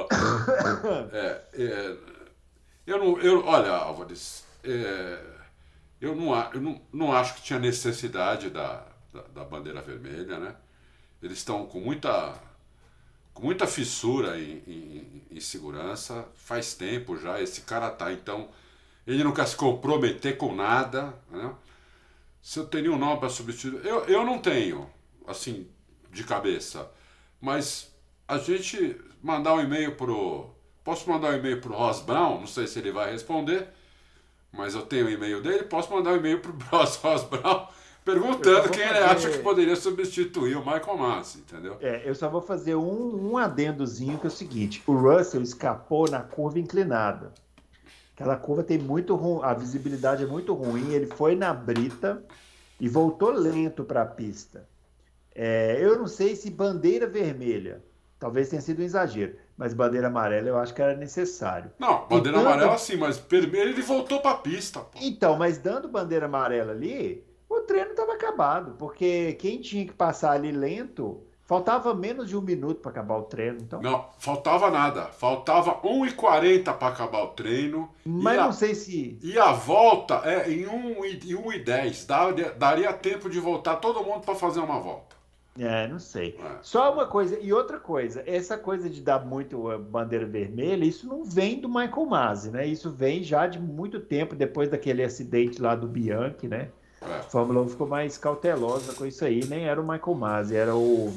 Olha, Álvares, eu não acho que tinha necessidade da bandeira vermelha, né? Eles estão com muita fissura em segurança, faz tempo já, esse cara tá, então, ele não quer se comprometer com nada, né? Se eu teria um nome para substituir, eu não tenho, assim, de cabeça, mas a gente mandar um e-mail posso mandar um e-mail pro Ross Brown, não sei se ele vai responder, mas eu tenho o e-mail dele, posso mandar um e-mail pro Ross Brown, perguntando quem ele acha que poderia substituir o Michael Masi, entendeu? Eu só vou fazer um adendozinho, que é o seguinte: o Russell escapou na curva inclinada. Aquela curva tem a visibilidade é muito ruim, ele foi na brita e voltou lento para a pista. Eu não sei se bandeira vermelha, talvez tenha sido um exagero, mas bandeira amarela eu acho que era necessário. Não, bandeira amarela sim, mas vermelho ele voltou para a pista. Pô. Então, mas dando bandeira amarela ali, o treino estava acabado, porque quem tinha que passar ali lento, faltava menos de 1 minuto para acabar o treino. Então... Não, faltava nada. Faltava 1h40 para acabar o treino. Mas não sei se... E a volta é em 1h10. Daria tempo de voltar todo mundo para fazer uma volta. Não sei. Só uma coisa, e outra coisa, essa coisa de dar muito bandeira vermelha, isso não vem do Michael Masi, né? Isso vem já de muito tempo, depois daquele acidente lá do Bianchi, né? A Fórmula 1 ficou mais cautelosa com isso aí, nem era o Michael Masi, era o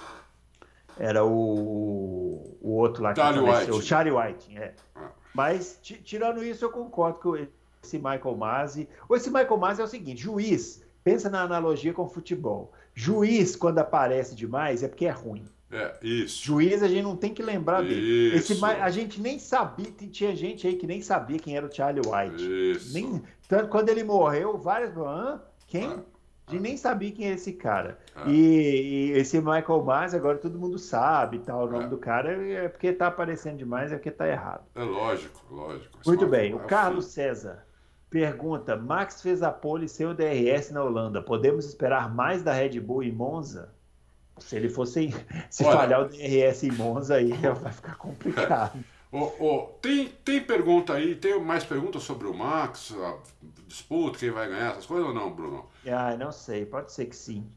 outro lá que faleceu, o Charlie Whiting. Mas, tirando isso, eu concordo com esse Michael Masi. Esse Michael Masi é o seguinte: juiz, pensa na analogia com o futebol. Juiz, quando aparece demais, é porque é ruim. Isso. Juiz, a gente não tem que lembrar dele. Isso. A gente nem sabia, tinha gente aí que nem sabia quem era o Charlie White. Isso. Tanto quando ele morreu, vários falaram, quem? A gente nem sabia quem é esse cara. Ah. E esse Michael Masi, agora todo mundo sabe, tal, o nome do cara é porque tá aparecendo demais, é porque tá errado. É lógico. Muito bem, o Carlos César pergunta: Max fez a pole sem o DRS na Holanda, podemos esperar mais da Red Bull em Monza? Se ele fosse falhar o DRS em Monza, aí vai ficar complicado. Tem pergunta aí, tem mais perguntas sobre o Max, a disputa, quem vai ganhar, essas coisas ou não, Bruno? Não sei, pode ser que sim.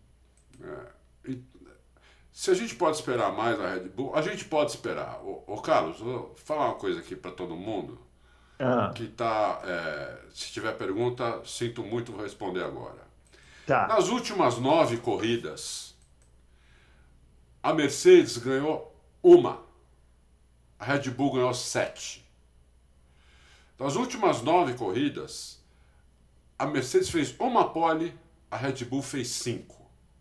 Se a gente pode esperar mais da Red Bull, a gente pode esperar. Carlos, vou falar uma coisa aqui para todo mundo, que tá, se tiver pergunta, sinto muito, vou responder agora. Tá. Nas últimas 9 corridas, a Mercedes ganhou uma. A Red Bull ganhou 7. Das últimas 9 corridas, a Mercedes fez uma pole, a Red Bull fez 5.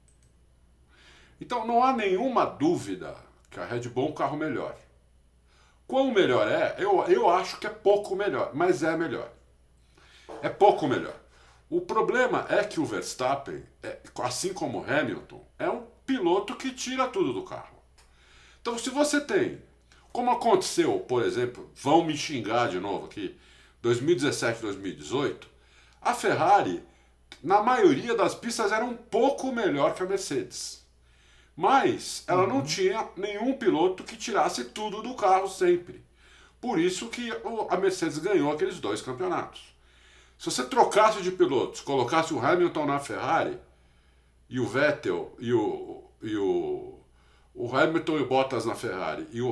Então não há nenhuma dúvida que a Red Bull é um carro melhor. Quão melhor é? Eu acho que é pouco melhor, mas é melhor. É pouco melhor. O problema é que o Verstappen, assim como o Hamilton, é um piloto que tira tudo do carro. Então se você tem, como aconteceu, por exemplo, vão me xingar de novo aqui, 2017, 2018, a Ferrari, na maioria das pistas, era um pouco melhor que a Mercedes. Mas ela não tinha nenhum piloto que tirasse tudo do carro sempre. Por isso que a Mercedes ganhou aqueles 2 campeonatos. Se você trocasse de pilotos, colocasse o Hamilton na Ferrari, e o Vettel, e o Hamilton e o Bottas na Ferrari, e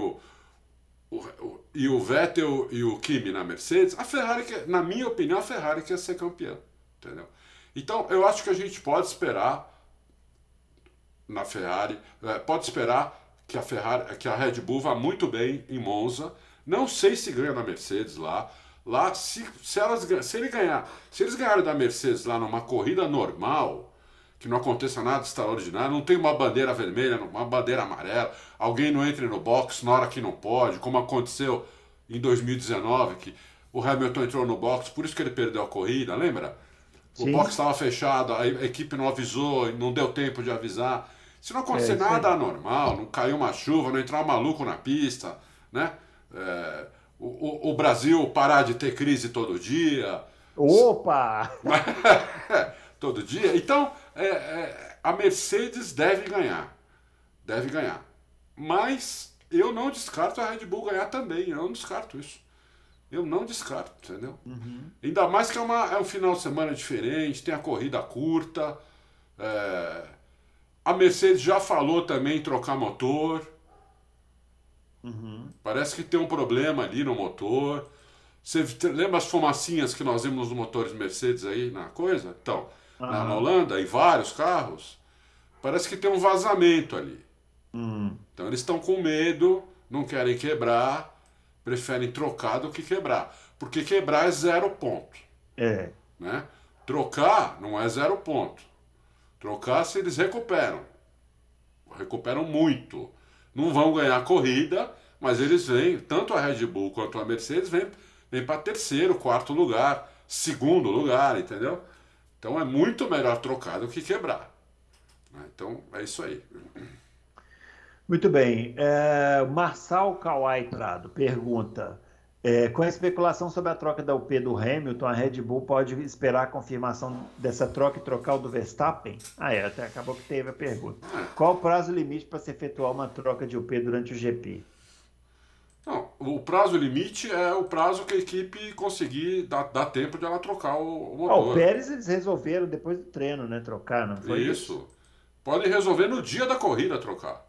o Vettel e o Kimi na Mercedes, a Ferrari, na minha opinião, a Ferrari quer ser campeã, entendeu? Então, eu acho que a gente pode esperar na Ferrari, pode esperar que a Red Bull vá muito bem em Monza. Não sei se ganha da Mercedes lá. Se eles ganharem da Mercedes lá numa corrida normal, que não aconteça nada extraordinário, não tem uma bandeira vermelha, uma bandeira amarela, alguém não entre no box na hora que não pode, como aconteceu em 2019, que o Hamilton entrou no box, por isso que ele perdeu a corrida, lembra? Sim. O box estava fechado, a equipe não avisou, não deu tempo de avisar. Se não acontecer isso aí. nada anormal, não cair uma chuva, não entrar um maluco na pista, né? O Brasil parar de ter crise todo dia, Opa! todo dia. Então, a Mercedes deve ganhar. Deve ganhar. Mas eu não descarto a Red Bull ganhar também. Eu não descarto isso. Eu não descarto, entendeu? Uhum. Ainda mais que é um final de semana diferente, tem a corrida curta. A Mercedes já falou também em trocar motor. Uhum. Parece que tem um problema ali no motor. Você lembra as fumacinhas que nós vimos nos motores Mercedes aí na coisa? Então, na Aham. Holanda, em vários carros, parece que tem um vazamento ali. Uhum. Então eles estão com medo, não querem quebrar, preferem trocar do que quebrar. Porque quebrar é 0 ponto. É. Né? Trocar não é 0 ponto. Trocar se eles recuperam. Recuperam muito. Não vão ganhar a corrida, mas eles vêm, tanto a Red Bull quanto a Mercedes, vêm para terceiro, quarto lugar, segundo lugar, entendeu? Então é muito melhor trocar do que quebrar. Né? Então é isso aí. Muito bem. Marçal Kawai Prado pergunta: com a especulação sobre a troca da UP do Hamilton, a Red Bull pode esperar a confirmação dessa troca e trocar o do Verstappen? Até acabou que teve a pergunta. Qual o prazo limite para se efetuar uma troca de UP durante o GP? Não, o prazo limite é o prazo que a equipe conseguir dar tempo de ela trocar o O motor. Pérez eles resolveram depois do treino, né? Trocar, não foi isso? Isso. Pode resolver no dia da corrida trocar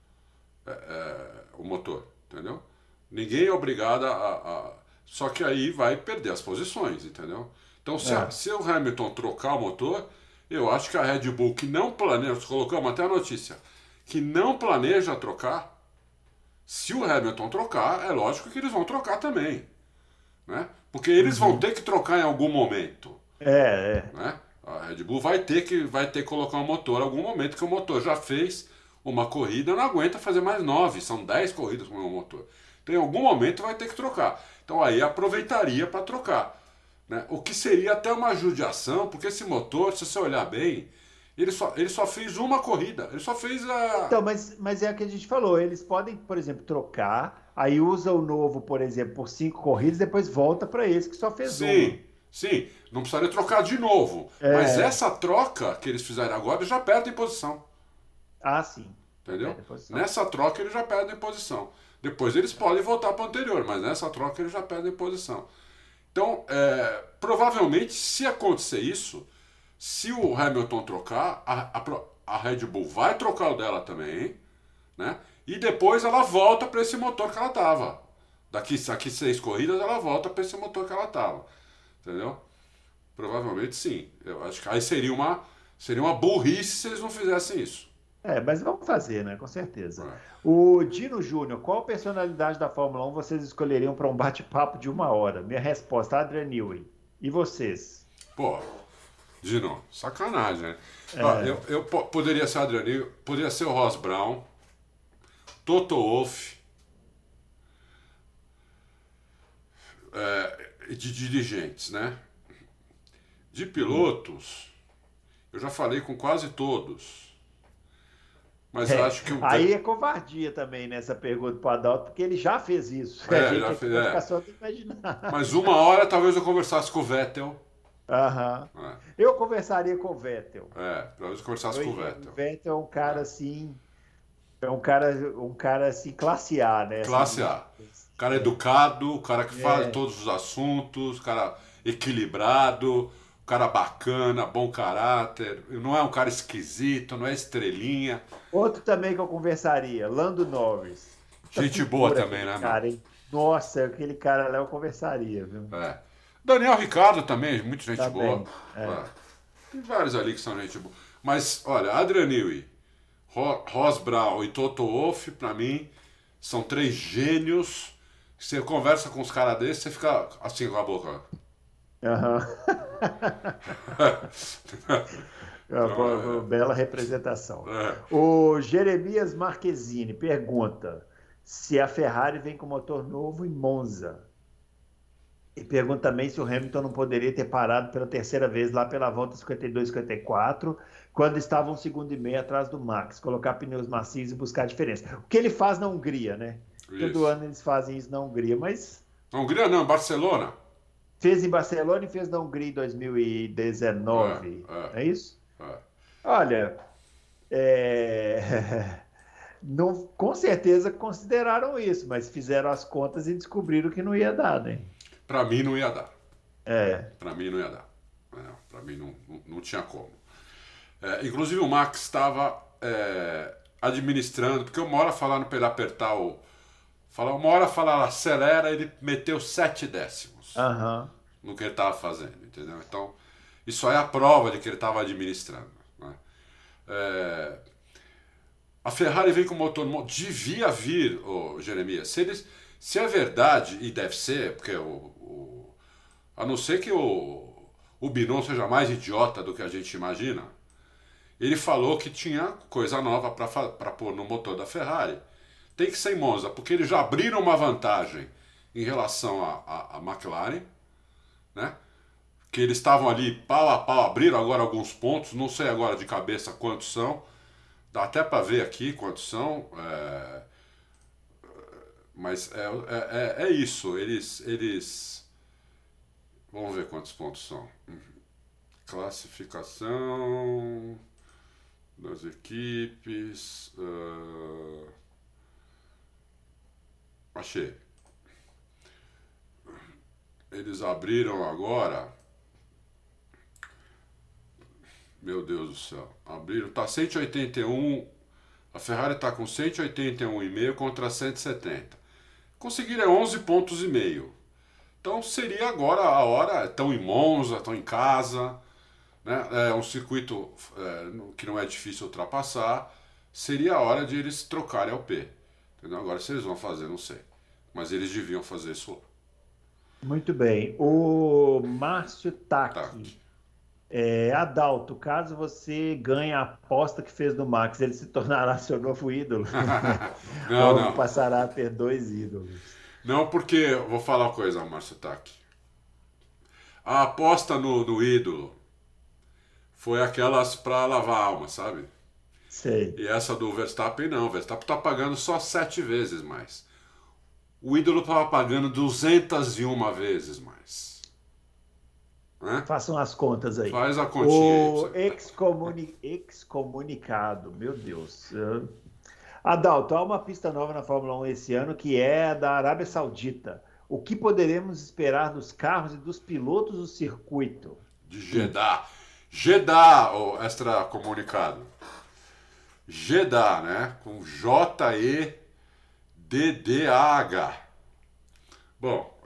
o motor, entendeu? Ninguém é obrigado Só que aí vai perder as posições, entendeu? Então, se o Hamilton trocar o motor, eu acho que a Red Bull, que não planeja, colocamos até a notícia, que não planeja trocar, se o Hamilton trocar, é lógico que eles vão trocar também, né? Porque eles vão ter que trocar em algum momento, né? A Red Bull vai ter que colocar um motor em algum momento, que o motor já fez uma corrida, não aguenta fazer mais 9, são 10 corridas com o motor. Então, em algum momento vai ter que trocar. Então, aí aproveitaria para trocar, né? O que seria até uma judiação, porque esse motor, se você olhar bem, ele só fez uma corrida, ele só fez a... Então, mas é o que a gente falou, eles podem, por exemplo, trocar, aí usa o novo, por exemplo, por 5 corridas, depois volta para esse que só fez uma. Sim, não precisaria trocar de novo. Mas essa troca que eles fizeram agora, eles já perdem posição. Sim. Entendeu? Nessa troca eles já perdem posição. Depois eles podem voltar para o anterior, mas nessa troca eles já perdem posição. Então, provavelmente, se acontecer isso, se o Hamilton trocar, a Red Bull vai trocar o dela também, né? E depois ela volta para esse motor que ela estava. Daqui 6 corridas ela volta para esse motor que ela estava. Entendeu? Provavelmente sim. Eu acho que aí seria uma burrice se eles não fizessem isso. Mas vamos fazer, né? Com certeza. É. O Dino Júnior, qual personalidade da Fórmula 1 vocês escolheriam para um bate-papo de 1 hora? Minha resposta, Adrian Newey. E vocês? Pô, Dino, sacanagem, né? Eu poderia ser Adrian Newey, poderia ser o Ross Brown, Toto Wolff, de dirigentes, né? De pilotos, eu já falei com quase todos. Mas eu acho que aí é covardia também nessa pergunta para o Adalto, porque ele já fez isso. A gente já aqui fez, vai ficar só de imaginar. Mas 1 hora talvez eu conversasse com o Vettel. Eu conversaria com o Vettel. Talvez eu conversasse com o Vettel. O Vettel é um cara assim, um cara assim, classe A, né? Classe A. O cara educado, o cara que fala todos os assuntos, o cara equilibrado, o cara bacana, bom caráter, não é um cara esquisito, não é estrelinha. Outro também que eu conversaria, Lando Norris. Gente boa também, né, cara, hein? Nossa, aquele cara lá eu conversaria, viu? Daniel Ricciardo também, muita gente Tá boa. Tem vários ali que são gente boa. Mas, olha, Adrian Newey, Ross Brown e Toto Wolff, pra mim, são 3 gênios. Você conversa com os caras desses, você fica assim com a boca. Bela representação. O Jeremias Marquezine pergunta se a Ferrari vem com motor novo em Monza. E pergunta também se o Hamilton não poderia ter parado pela terceira vez lá pela volta 52, 54, quando estava 1,5 segundo atrás do Max, colocar pneus macios e buscar a diferença. O que ele faz na Hungria, né? Todo Isso. ano eles fazem isso na Hungria, mas Na Hungria não, Barcelona. fez em Barcelona e fez na Hungria em É, 2019, é, é isso? é. Olha, não, com certeza consideraram isso, mas fizeram as contas e descobriram que não ia dar, né? Pra mim não ia dar. É, Pra mim não ia dar. Pra mim não tinha como. Inclusive o Max estava administrando, porque uma hora falaram para ele apertar uma hora falaram acelera, ele meteu 7 décimos aham. no que ele estava fazendo, entendeu? Então, isso aí é a prova de que ele estava administrando. Né? É, a Ferrari vem com motor devia vir, Jeremias. Se é verdade, e deve ser, porque a não ser que o Binotto seja mais idiota do que a gente imagina, ele falou que tinha coisa nova para pôr no motor da Ferrari. Tem que ser em Monza, porque eles já abriram uma vantagem em relação à McLaren, né? Que eles estavam ali pau a pau, abriram agora alguns pontos, não sei agora de cabeça quantos são, dá até para ver aqui quantos são, mas é isso, eles. Vamos ver quantos pontos são. Classificação das equipes. Achei. Eles abriram agora. Meu Deus do céu. Abriram. Tá 181. A Ferrari está com 181,5 contra 170. Conseguiram 11 pontos e meio. Então seria agora a hora. Estão em Monza, estão em casa. Né? É um circuito que não é difícil ultrapassar. Seria a hora de eles trocarem ao P. Entendeu? Agora, se eles vão fazer, não sei. Mas eles deviam fazer isso lá. Muito bem. O Márcio Tá. Taki. Adalto, caso você ganhe a aposta que fez no Max, ele se tornará seu novo ídolo? Não, Ou não. passará a ter dois ídolos? Não, porque, vou falar uma coisa, Márcio Taki. A aposta no ídolo foi aquelas pra lavar a alma, sabe? Sei. E essa do Verstappen não. O Verstappen tá pagando só 7 vezes mais. O ídolo tava pagando 201 vezes mais. Né? Façam as contas aí. Faz a continha aí pra O você. excomunicado, meu Deus. Adalto, há uma pista nova na Fórmula 1 esse ano que é da Arábia Saudita. O que poderemos esperar dos carros e dos pilotos do circuito? De Jeddah. Jeddah, o extra comunicado. Jeddah, né? Com Jeddah. Bom,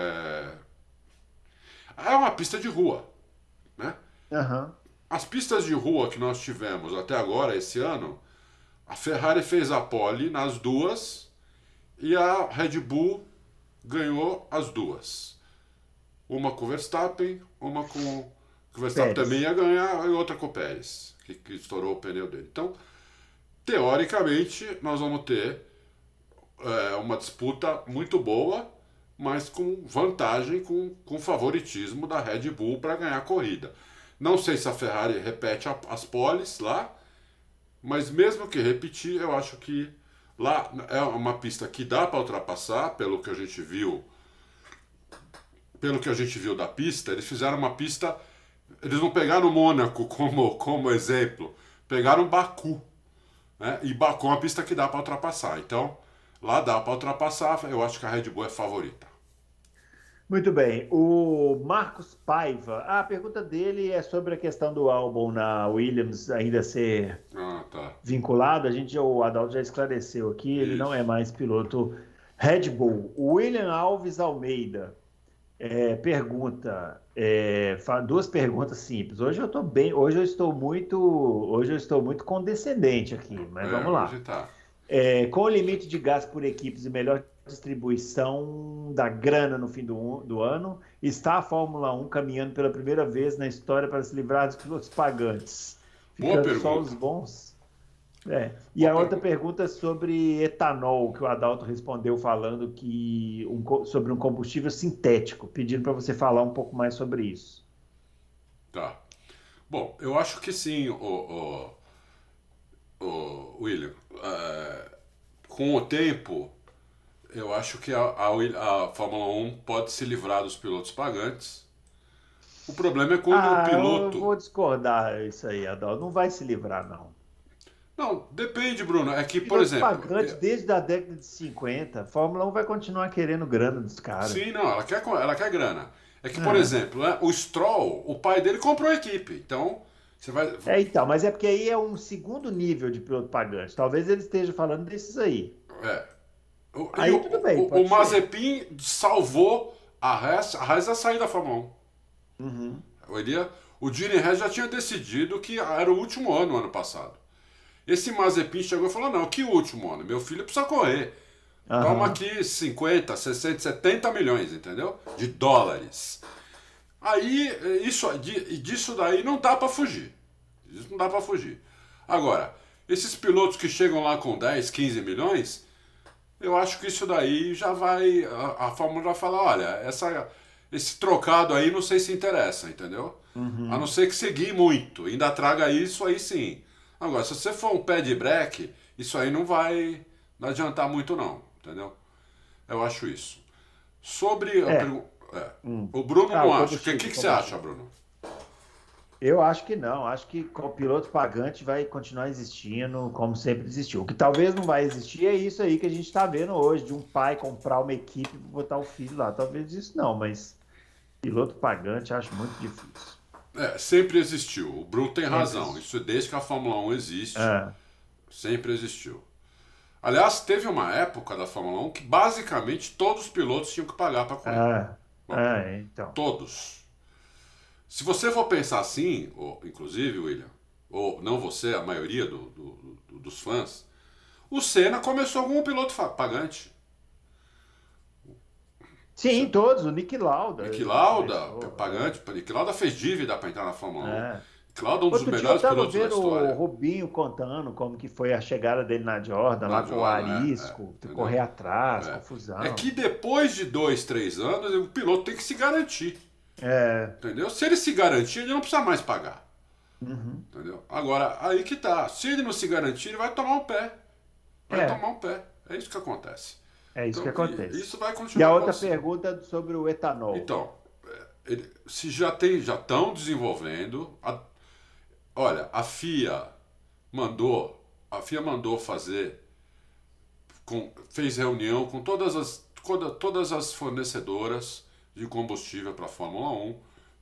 é uma pista de rua, né? Aham. As pistas de rua que nós tivemos até agora, esse ano, a Ferrari fez a pole nas duas e a Red Bull ganhou as duas. Uma com o Verstappen, uma com que o Verstappen Pérez. também ia ganhar, e outra com o Pérez, que estourou o pneu dele. Então, teoricamente, nós vamos ter uma disputa muito boa, mas com vantagem, com favoritismo da Red Bull para ganhar a corrida. Não sei se a Ferrari repete as poles lá, mas mesmo que repetir, eu acho que lá é uma pista que dá para ultrapassar, pelo que a gente viu. Pelo que a gente viu da pista, eles fizeram uma pista. Eles não pegaram Mônaco como exemplo, pegaram Baku. Né? E Baku é uma pista que dá para ultrapassar. Então, lá dá para ultrapassar, eu acho que a Red Bull é favorita. Muito bem. O Marcos Paiva. A pergunta dele é sobre a questão do álbum na Williams ainda ser Ah, tá. vinculado. O Adalto já esclareceu aqui, ele não é Isso. mais piloto Red Bull. O William Alves Almeida pergunta, duas perguntas simples. Hoje eu estou muito condescendente aqui, mas vamos lá. Hoje tá. Com o limite de gasto por equipes e melhor distribuição da grana no fim do ano, está a Fórmula 1 caminhando pela primeira vez na história para se livrar dos pilotos pagantes, Boa ficando só pergunta. os bons? E Boa a outra pergunta. pergunta é sobre etanol, que o Adalto respondeu falando que sobre um combustível sintético, pedindo para você falar um pouco mais sobre isso. Tá. Bom, eu acho que sim, o William. Com o tempo, eu acho que a Fórmula 1 pode se livrar dos pilotos pagantes. O problema é quando o Ah, eu piloto. vou discordar isso aí, Adalto. Não vai se livrar, não. Não, depende, Bruno. É que, por Piloto exemplo, pagante desde a década de 50. A Fórmula 1 vai continuar querendo grana dos caras. sim, não, ela quer grana. É que, por É. exemplo, né, o Stroll, o pai dele comprou a equipe. Então, você vai. Então, mas é porque aí é um segundo nível de piloto pagante. Talvez ele esteja falando desses aí. É. E Aí tudo bem, o pode ser. Mazepin salvou a Haas a sair da Fórmula 1. Uhum. O Gene Haas já tinha decidido que era o último ano passado. Esse Mazepin chegou e falou: não, que último ano? Meu filho precisa correr. Toma Aham. aqui 50, 60, 70 milhões, entendeu? De dólares. Aí, disso daí não dá pra fugir. Isso não dá pra fugir. Agora, esses pilotos que chegam lá com 10, 15 milhões, eu acho que isso daí já vai. A Fórmula vai falar: olha, esse trocado aí não sei se interessa, entendeu? A não Uhum. ser que seguir muito, ainda traga isso aí sim. Agora, se você for um pé de breque, isso aí não vai não adiantar muito não, entendeu? Eu acho isso. Sobre a É. pergunta. Hum. O Bruno Ah, não o acha. O que, combustível, que, que você acha, combustível. Bruno? Eu acho que não. Acho que o piloto pagante vai continuar existindo como sempre existiu. O que talvez não vai existir é isso aí que a gente está vendo hoje, de um pai comprar uma equipe e botar o filho lá. Talvez isso não, mas piloto pagante acho muito difícil. Sempre existiu. O Bruno tem Sempre razão. existiu. Isso desde que a Fórmula 1 existe, Ah, sempre existiu. Aliás, teve uma época da Fórmula 1 que basicamente todos os pilotos tinham que pagar para correr. Bom, então. todos. Se você for pensar assim, inclusive, William, ou não você, a maioria dos fãs, o Senna começou como um piloto pagante. Sim, todos. O Nick Lauda Nick Lauda, começou. pagante. Nick Lauda fez dívida para entrar na Fórmula 1. É. Nick Lauda é um dos Outro dia eu melhores estava pilotos da vendo o história. Rubinho contando como que foi a chegada dele na Jordan, Na lá com o Jordan, Arisco, de entendeu? correr atrás, É confusão. que depois de 2, 3 anos, o piloto tem que se garantir. É. Entendeu? Se ele se garantir, ele não precisa mais pagar. Uhum. Entendeu? Agora, aí que tá. Se ele não se garantir, ele vai tomar um pé. Vai É, tomar um pé. É isso que acontece. é isso que Então, acontece. isso vai E a continuar outra acontecendo. pergunta sobre o etanol. Então, se já estão desenvolvendo. Olha, a FIA mandou fazer, fez reunião com todas as fornecedoras de combustível para a Fórmula 1,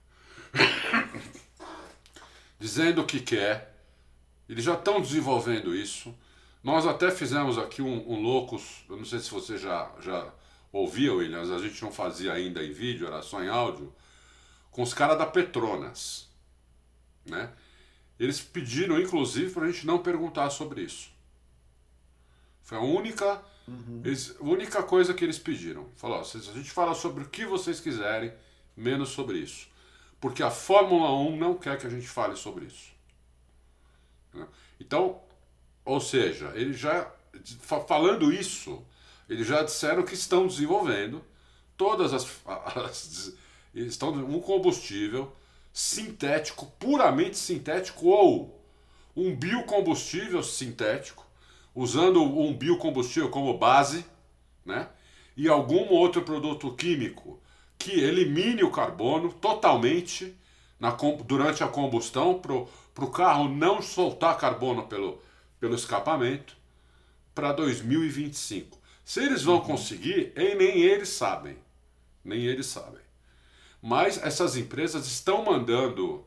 dizendo o que quer. Eles já estão desenvolvendo isso. Nós até fizemos aqui um Loucos, eu não sei se você já ouvia, Williams, a gente não fazia ainda em vídeo, era só em áudio, com os caras da Petronas, né? Eles pediram, inclusive, para a gente não perguntar sobre isso. Foi Uhum. a única coisa que eles pediram. Falou: a gente fala sobre o que vocês quiserem, menos sobre isso. Porque a Fórmula 1 não quer que a gente fale sobre isso. Né? Então, ou seja, eles já, falando isso, eles já disseram que estão desenvolvendo todas estão um combustível sintético, puramente sintético, ou um biocombustível sintético, usando um biocombustível como base, né? E algum outro produto químico que elimine o carbono totalmente durante a combustão, para o carro não soltar carbono pelo escapamento, para 2025. Se eles vão Uhum. conseguir, nem eles sabem. Nem eles sabem. Mas essas empresas estão mandando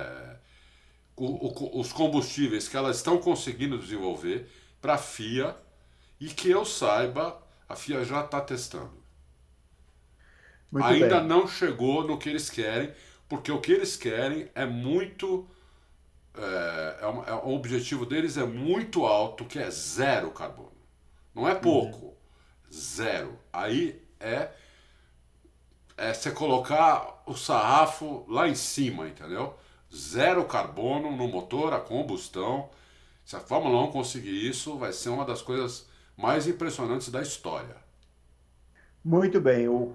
os combustíveis que elas estão conseguindo desenvolver para a FIA, e que eu saiba, a FIA já está testando. Muito Ainda bem. não chegou no que eles querem, porque o que eles querem é muito. O objetivo deles é muito alto, que é zero carbono. Não é Uhum. pouco, zero. Aí é você colocar o sarrafo lá em cima, entendeu? Zero carbono no motor a combustão, Se a Fórmula 1 conseguir isso, vai ser uma das coisas mais impressionantes da história. Muito bem, o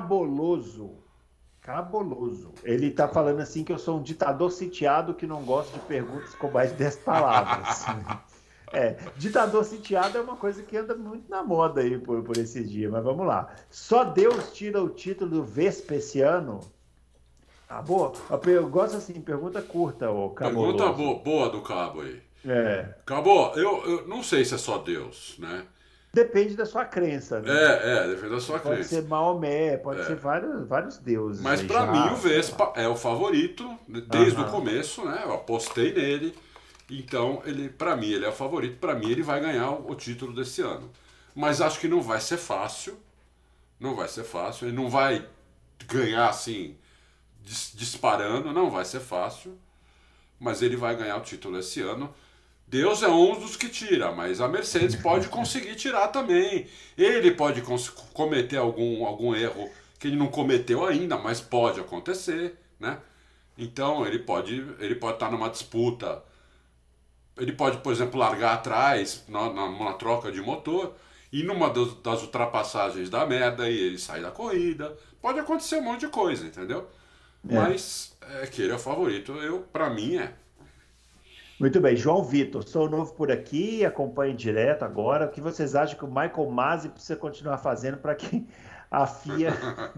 Caboloso, ele está falando assim que eu sou um ditador sitiado que não gosta de perguntas com mais de 10 palavras. Ditador sitiado é uma coisa que anda muito na moda aí por esses dias, mas vamos lá. Só Deus tira o título do Vespasiano? Ah, boa. Eu gosto assim, pergunta curta, ô Pergunta Caboloso. boa do Cabo aí. É, Cabo, eu não sei se é só Deus, né? depende da sua crença, né? Depende da sua Pode crença. ser Maomé, pode ser vários deuses Mas aí pra mim o já, sei lá. Vespa é o favorito desde o Aham. começo, né? Eu apostei nele. Então, para mim ele é o favorito, para mim ele vai ganhar o título desse ano. Mas acho que não vai ser fácil. Não vai ser fácil, ele não vai ganhar assim disparando, não vai ser fácil, mas ele vai ganhar o título esse ano. Deus é um dos que tira, mas a Mercedes pode conseguir tirar também. Ele pode cometer algum erro que ele não cometeu ainda, mas pode acontecer, né? Então ele pode estar numa disputa. Ele pode, por exemplo, largar atrás numa troca de motor e numa das ultrapassagens da merda e ele sai da corrida. Pode acontecer um monte de coisa, entendeu? É. Mas é que ele é o favorito. Para mim é. Muito bem, João Vitor, sou novo por aqui, acompanho direto agora. O que vocês acham que o Michael Masi precisa continuar fazendo para que a FIA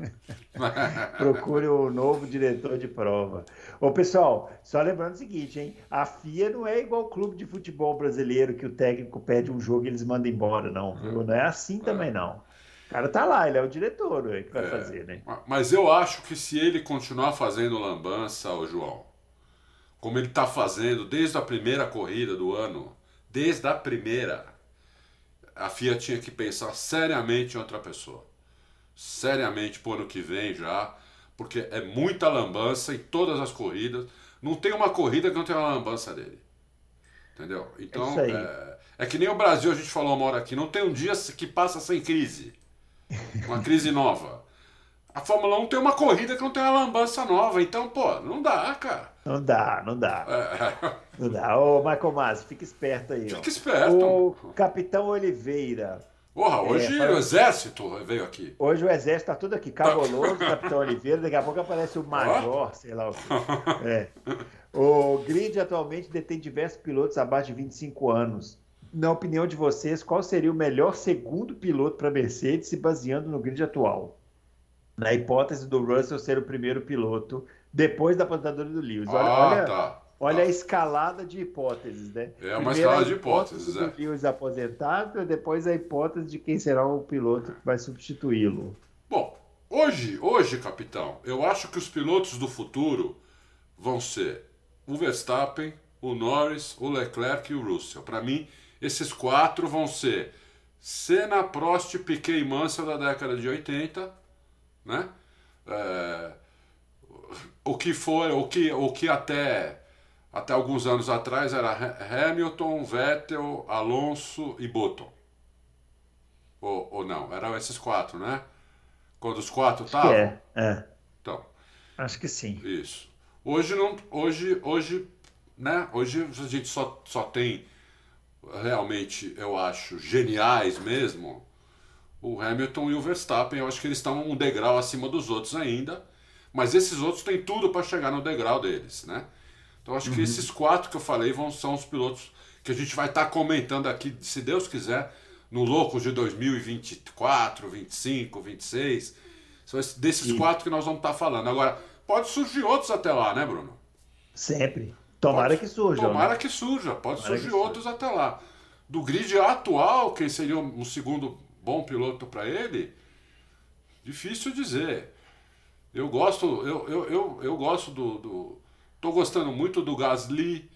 procure o novo diretor de prova? Ô, pessoal, só lembrando o seguinte, hein? A FIA não é igual o clube de futebol brasileiro que o técnico pede um jogo e eles mandam embora, não, viu? Não é assim também, não. O cara tá lá, ele é o diretor, é que vai fazer, né? Mas eu acho que se ele continuar fazendo lambança, ô João, como ele está fazendo desde a primeira corrida do ano, desde a primeira, a FIA tinha que pensar seriamente em outra pessoa. Seriamente pro ano que vem já, porque é muita lambança em todas as corridas. Não tem uma corrida que não tenha uma lambança dele. Entendeu? É isso Então, aí. é que nem o Brasil, a gente falou uma hora aqui, não tem um dia que passa sem crise. Uma crise nova. A Fórmula 1 tem uma corrida que não tem uma lambança nova, então, pô, não dá, cara. Não dá, não dá. É, Não dá. Ô, Michael Masi, fica esperto aí, ó. fica esperto. O Capitão Oliveira. Porra, hoje o exército veio aqui. Hoje o exército tá tudo aqui. Tá. Caboloso, Capitão Oliveira, daqui a pouco aparece o Ó. Major, sei lá o quê. É. O grid atualmente detém diversos pilotos abaixo de 25 anos. Na opinião de vocês, qual seria o melhor segundo piloto para a Mercedes se baseando no grid atual? Na hipótese do Russell ser o primeiro piloto depois da aposentadoria do Lewis. Olha, olha, Tá. olha a escalada de hipóteses, né? É uma Primeiro a escala de hipótese hipóteses, do Lewis aposentado, e depois a hipótese de quem será o piloto que vai substituí-lo. Bom, hoje, capitão, eu acho que os pilotos do futuro vão ser o Verstappen, o Norris, o Leclerc e o Russell. Para mim, esses quatro vão ser Senna, Prost, Piquet e Mansell da década de 80, né? É, o que até alguns anos atrás era Hamilton, Vettel, Alonso e Button. Ou não, eram esses quatro, né? Quando os quatro Acho que estavam. é. Então, Acho que sim. isso. Hoje não, hoje, né? Hoje a gente só tem realmente, eu acho, geniais mesmo. O Hamilton e o Verstappen, eu acho que eles estão um degrau acima dos outros ainda, mas esses outros têm tudo para chegar no degrau deles, né? Então acho que esses quatro que eu falei são os pilotos que a gente vai estar comentando aqui, se Deus quiser, no Loucos de 2024, 25, 26. São desses E quatro que nós vamos estar falando. Agora, pode surgir outros até lá, né, Bruno? sempre. Tomara Pode, que surjam, tomara né? que surja, pode Tomara que surgir surjam. outros até lá. Do grid atual, quem seria um segundo bom piloto para ele? Difícil dizer. Eu gosto tô gostando muito do Gasly.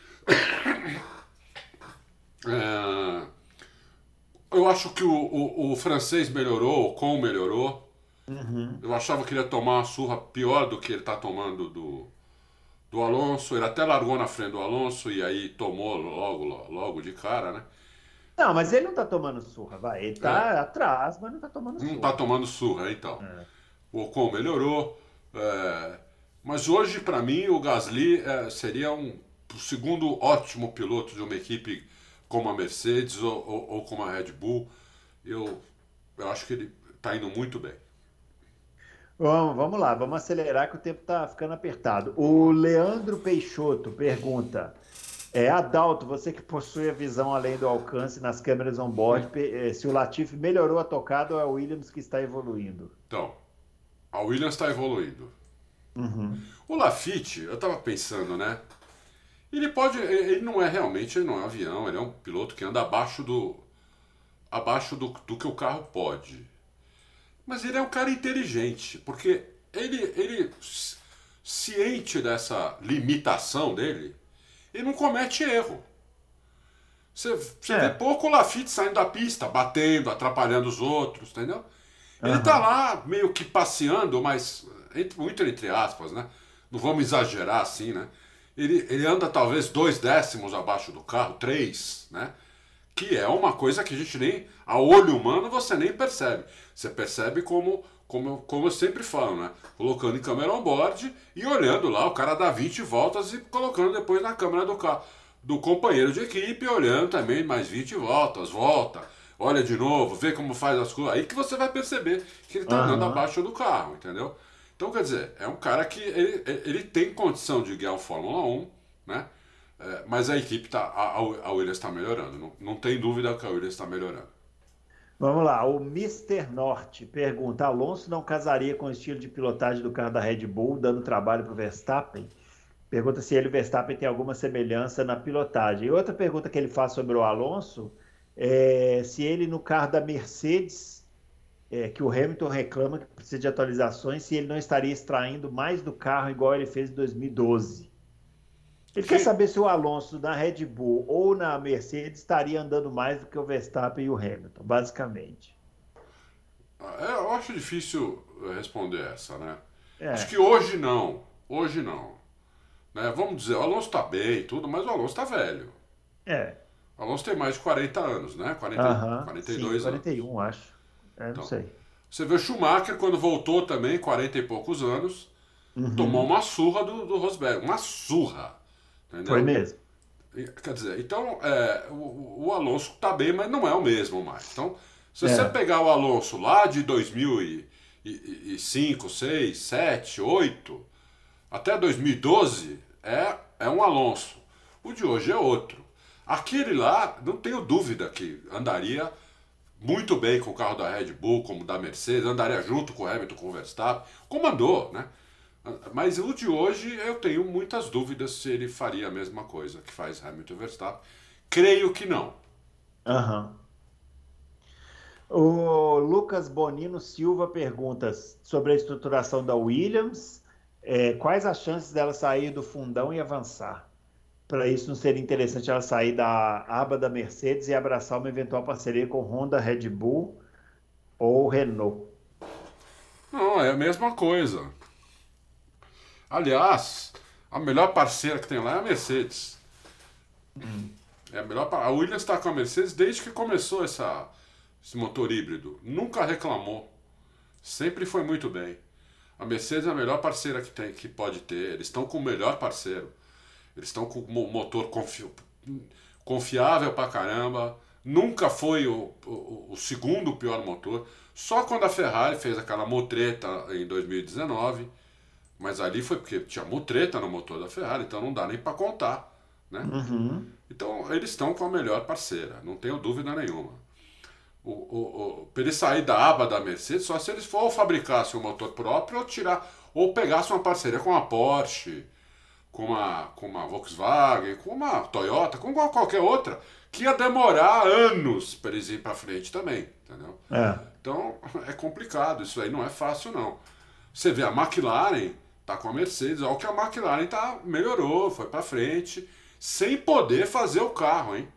É, eu acho que o francês melhorou, o Ocon melhorou. Uhum. Eu achava que ele ia tomar uma surra pior do que ele está tomando do Alonso. Ele até largou na frente do Alonso e aí tomou logo de cara, né? Não, mas ele não tá tomando surra, vai. Ele É, tá atrás, mas não tá tomando não está surra. tomando surra, então. É. O Ocon melhorou. Mas hoje, para mim, o Gasly seria o segundo ótimo piloto de uma equipe como a Mercedes ou como a Red Bull. Eu acho que ele está indo muito bem. Vamos lá, vamos acelerar que o tempo está ficando apertado. O Leandro Peixoto pergunta: Adalto, você que possui a visão além do alcance nas câmeras on-board, se o Latifi melhorou a tocada ou é o Williams que está evoluindo? Então, a Williams está evoluindo. Uhum. O Lafitte, eu estava pensando, né? Ele não é realmente, ele não é um avião, ele é um piloto que anda abaixo do que o carro pode. Mas ele é um cara inteligente, porque ele ciente dessa limitação dele, ele não comete erro. Você vê pouco o Lafitte saindo da pista, batendo, atrapalhando os outros, entendeu? Ele tá lá meio que passeando, mas muito entre aspas, né? Não vamos exagerar assim, né? Ele anda talvez 2 décimos abaixo do carro, 3, né? Que é uma coisa que a gente nem, a olho humano, você nem percebe. Você percebe como eu sempre falo, né? Colocando em câmera on-board e olhando lá, o cara dá 20 voltas e colocando depois na câmera do carro, do companheiro de equipe, olhando também mais 20 voltas, volta, olha de novo, vê como faz as coisas. Aí que você vai perceber que ele está andando abaixo do carro, entendeu? Então, quer dizer, é um cara que ele tem condição de guiar o Fórmula 1, né? Mas a equipe a Williams está melhorando. Não tem dúvida que a Williams está melhorando. Vamos lá, o Mister Norte pergunta: Alonso não casaria com o estilo de pilotagem do carro da Red Bull, dando trabalho para o Verstappen? Pergunta se ele e o Verstappen tem alguma semelhança na pilotagem. E outra pergunta que ele faz sobre o Alonso é se ele no carro da Mercedes, que o Hamilton reclama que precisa de atualizações, se ele não estaria extraindo mais do carro igual ele fez em 2012. Ele quer saber se o Alonso na Red Bull ou na Mercedes estaria andando mais do que o Verstappen e o Hamilton, basicamente. Eu acho difícil responder essa, né? Acho É, que hoje não. Hoje não. Né? Vamos dizer, o Alonso está bem e tudo, mas o Alonso está velho. é. O Alonso tem mais de 40 anos, né? Quarenta e Sim, dois 41, anos. acho. Não Então, sei. você vê o Schumacher, quando voltou também, 40 e poucos anos, tomou Uhum. uma surra do Rosberg. Uma surra. Foi Entendeu? mesmo. Quer dizer, então o Alonso está bem, mas não é o mesmo mais. Então, se você É. pegar o Alonso lá de 2005, 6, 7, 8, até 2012, é um Alonso. O de hoje é outro. Aquele lá, não tenho dúvida que andaria muito bem com o carro da Red Bull, como da Mercedes, andaria junto com o Hamilton, com o Verstappen, como andou, né? Mas o de hoje eu tenho muitas dúvidas se ele faria a mesma coisa que faz Hamilton e Verstappen. Creio que não. Aham. O Lucas Bonino Silva pergunta sobre a estruturação da Williams. Quais as chances dela sair do fundão e avançar? Para isso, não seria interessante ela sair da aba da Mercedes e abraçar uma eventual parceria com Honda, Red Bull ou Renault? Não, é a mesma coisa. Aliás, a melhor parceira que tem lá é a Mercedes. A Williams está com a Mercedes desde que começou esse motor híbrido. Nunca reclamou. Sempre foi muito bem. A Mercedes é a melhor parceira que pode ter. Eles estão com o melhor parceiro. Eles estão com um motor confiável pra caramba. Nunca foi o segundo pior motor. Só quando a Ferrari fez aquela motreta em 2019. Mas ali foi porque tinha mutreta no motor da Ferrari, então não dá nem para contar, né? Uhum. Então eles estão com a melhor parceira, não tenho dúvida nenhuma. Para ele sair da aba da Mercedes, só se eles for fabricassem um motor próprio ou pegassem uma parceria com a Porsche, com uma Volkswagen, com uma Toyota, com qualquer outra, que ia demorar anos para eles ir para frente também, entendeu? É. Então é complicado, isso aí não é fácil não. Você vê a McLaren tá com a Mercedes, olha o que a McLaren melhorou, foi para frente, sem poder fazer o carro, hein?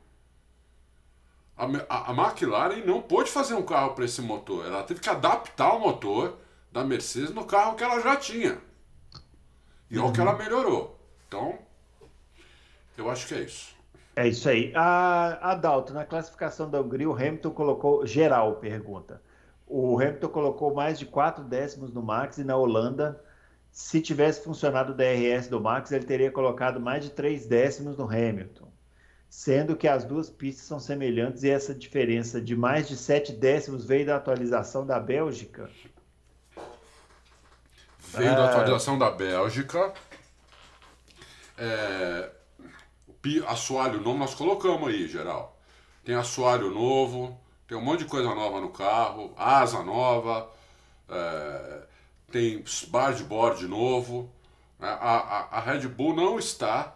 A McLaren não pôde fazer um carro para esse motor, ela teve que adaptar o motor da Mercedes no carro que ela já tinha. E olha o que ela melhorou. Então, eu acho que é isso. É isso aí. Adalto, na classificação da Hungria, o Hamilton colocou. Geral, pergunta. O Hamilton colocou mais de 4 décimos no Max e na Holanda se tivesse funcionado o DRS do Max, ele teria colocado mais de 3 décimos no Hamilton, sendo que as duas pistas são semelhantes e essa diferença de mais de 7 décimos veio da atualização da Bélgica. Veio da atualização da Bélgica. Assoalho novo nós colocamos aí, geral. Tem assoalho novo, tem um monte de coisa nova no carro, asa nova, tem bargeboard novo. A Red Bull não está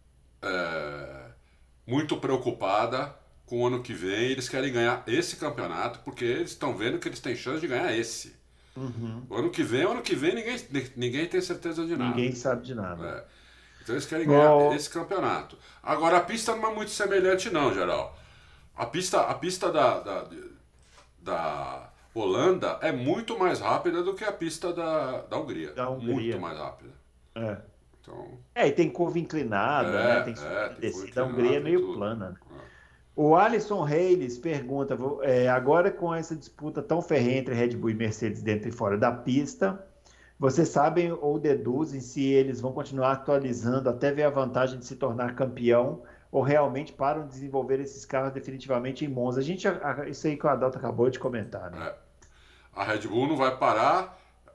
muito preocupada com o ano que vem. Eles querem ganhar esse campeonato porque eles estão vendo que eles têm chance de ganhar esse. Uhum. O ano que vem ninguém tem certeza de nada. Ninguém sabe de nada. Então eles querem ganhar esse campeonato. Agora a pista não é muito semelhante não, geral. A pista da Holanda é muito mais rápida do que a pista da Hungria. Muito mais rápida. Então, e tem curva inclinada, né? Tem descida. A Hungria é meio plana. O Alisson Reis pergunta, agora com essa disputa tão ferrenha entre Red Bull e Mercedes dentro e fora da pista, vocês sabem ou deduzem se eles vão continuar atualizando até ver a vantagem de se tornar campeão ou realmente param de desenvolver esses carros definitivamente em Monza? Isso aí que o Adalto acabou de comentar, né? A Red Bull não vai parar.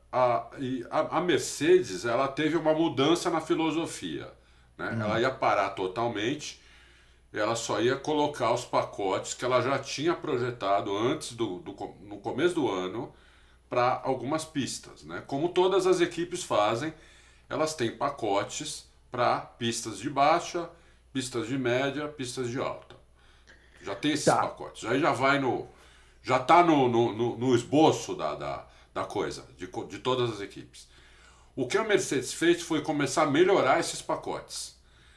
A Mercedes, ela teve uma mudança na filosofia, né? Ela ia parar totalmente. Ela só ia colocar os pacotes que ela já tinha projetado antes no começo do ano para algumas pistas, né? Como todas as equipes fazem, elas têm pacotes para pistas de baixa, pistas de média, pistas de alta. Já tem esses pacotes. Aí já está no esboço da coisa, de todas as equipes. O que a Mercedes fez foi começar a melhorar esses pacotes.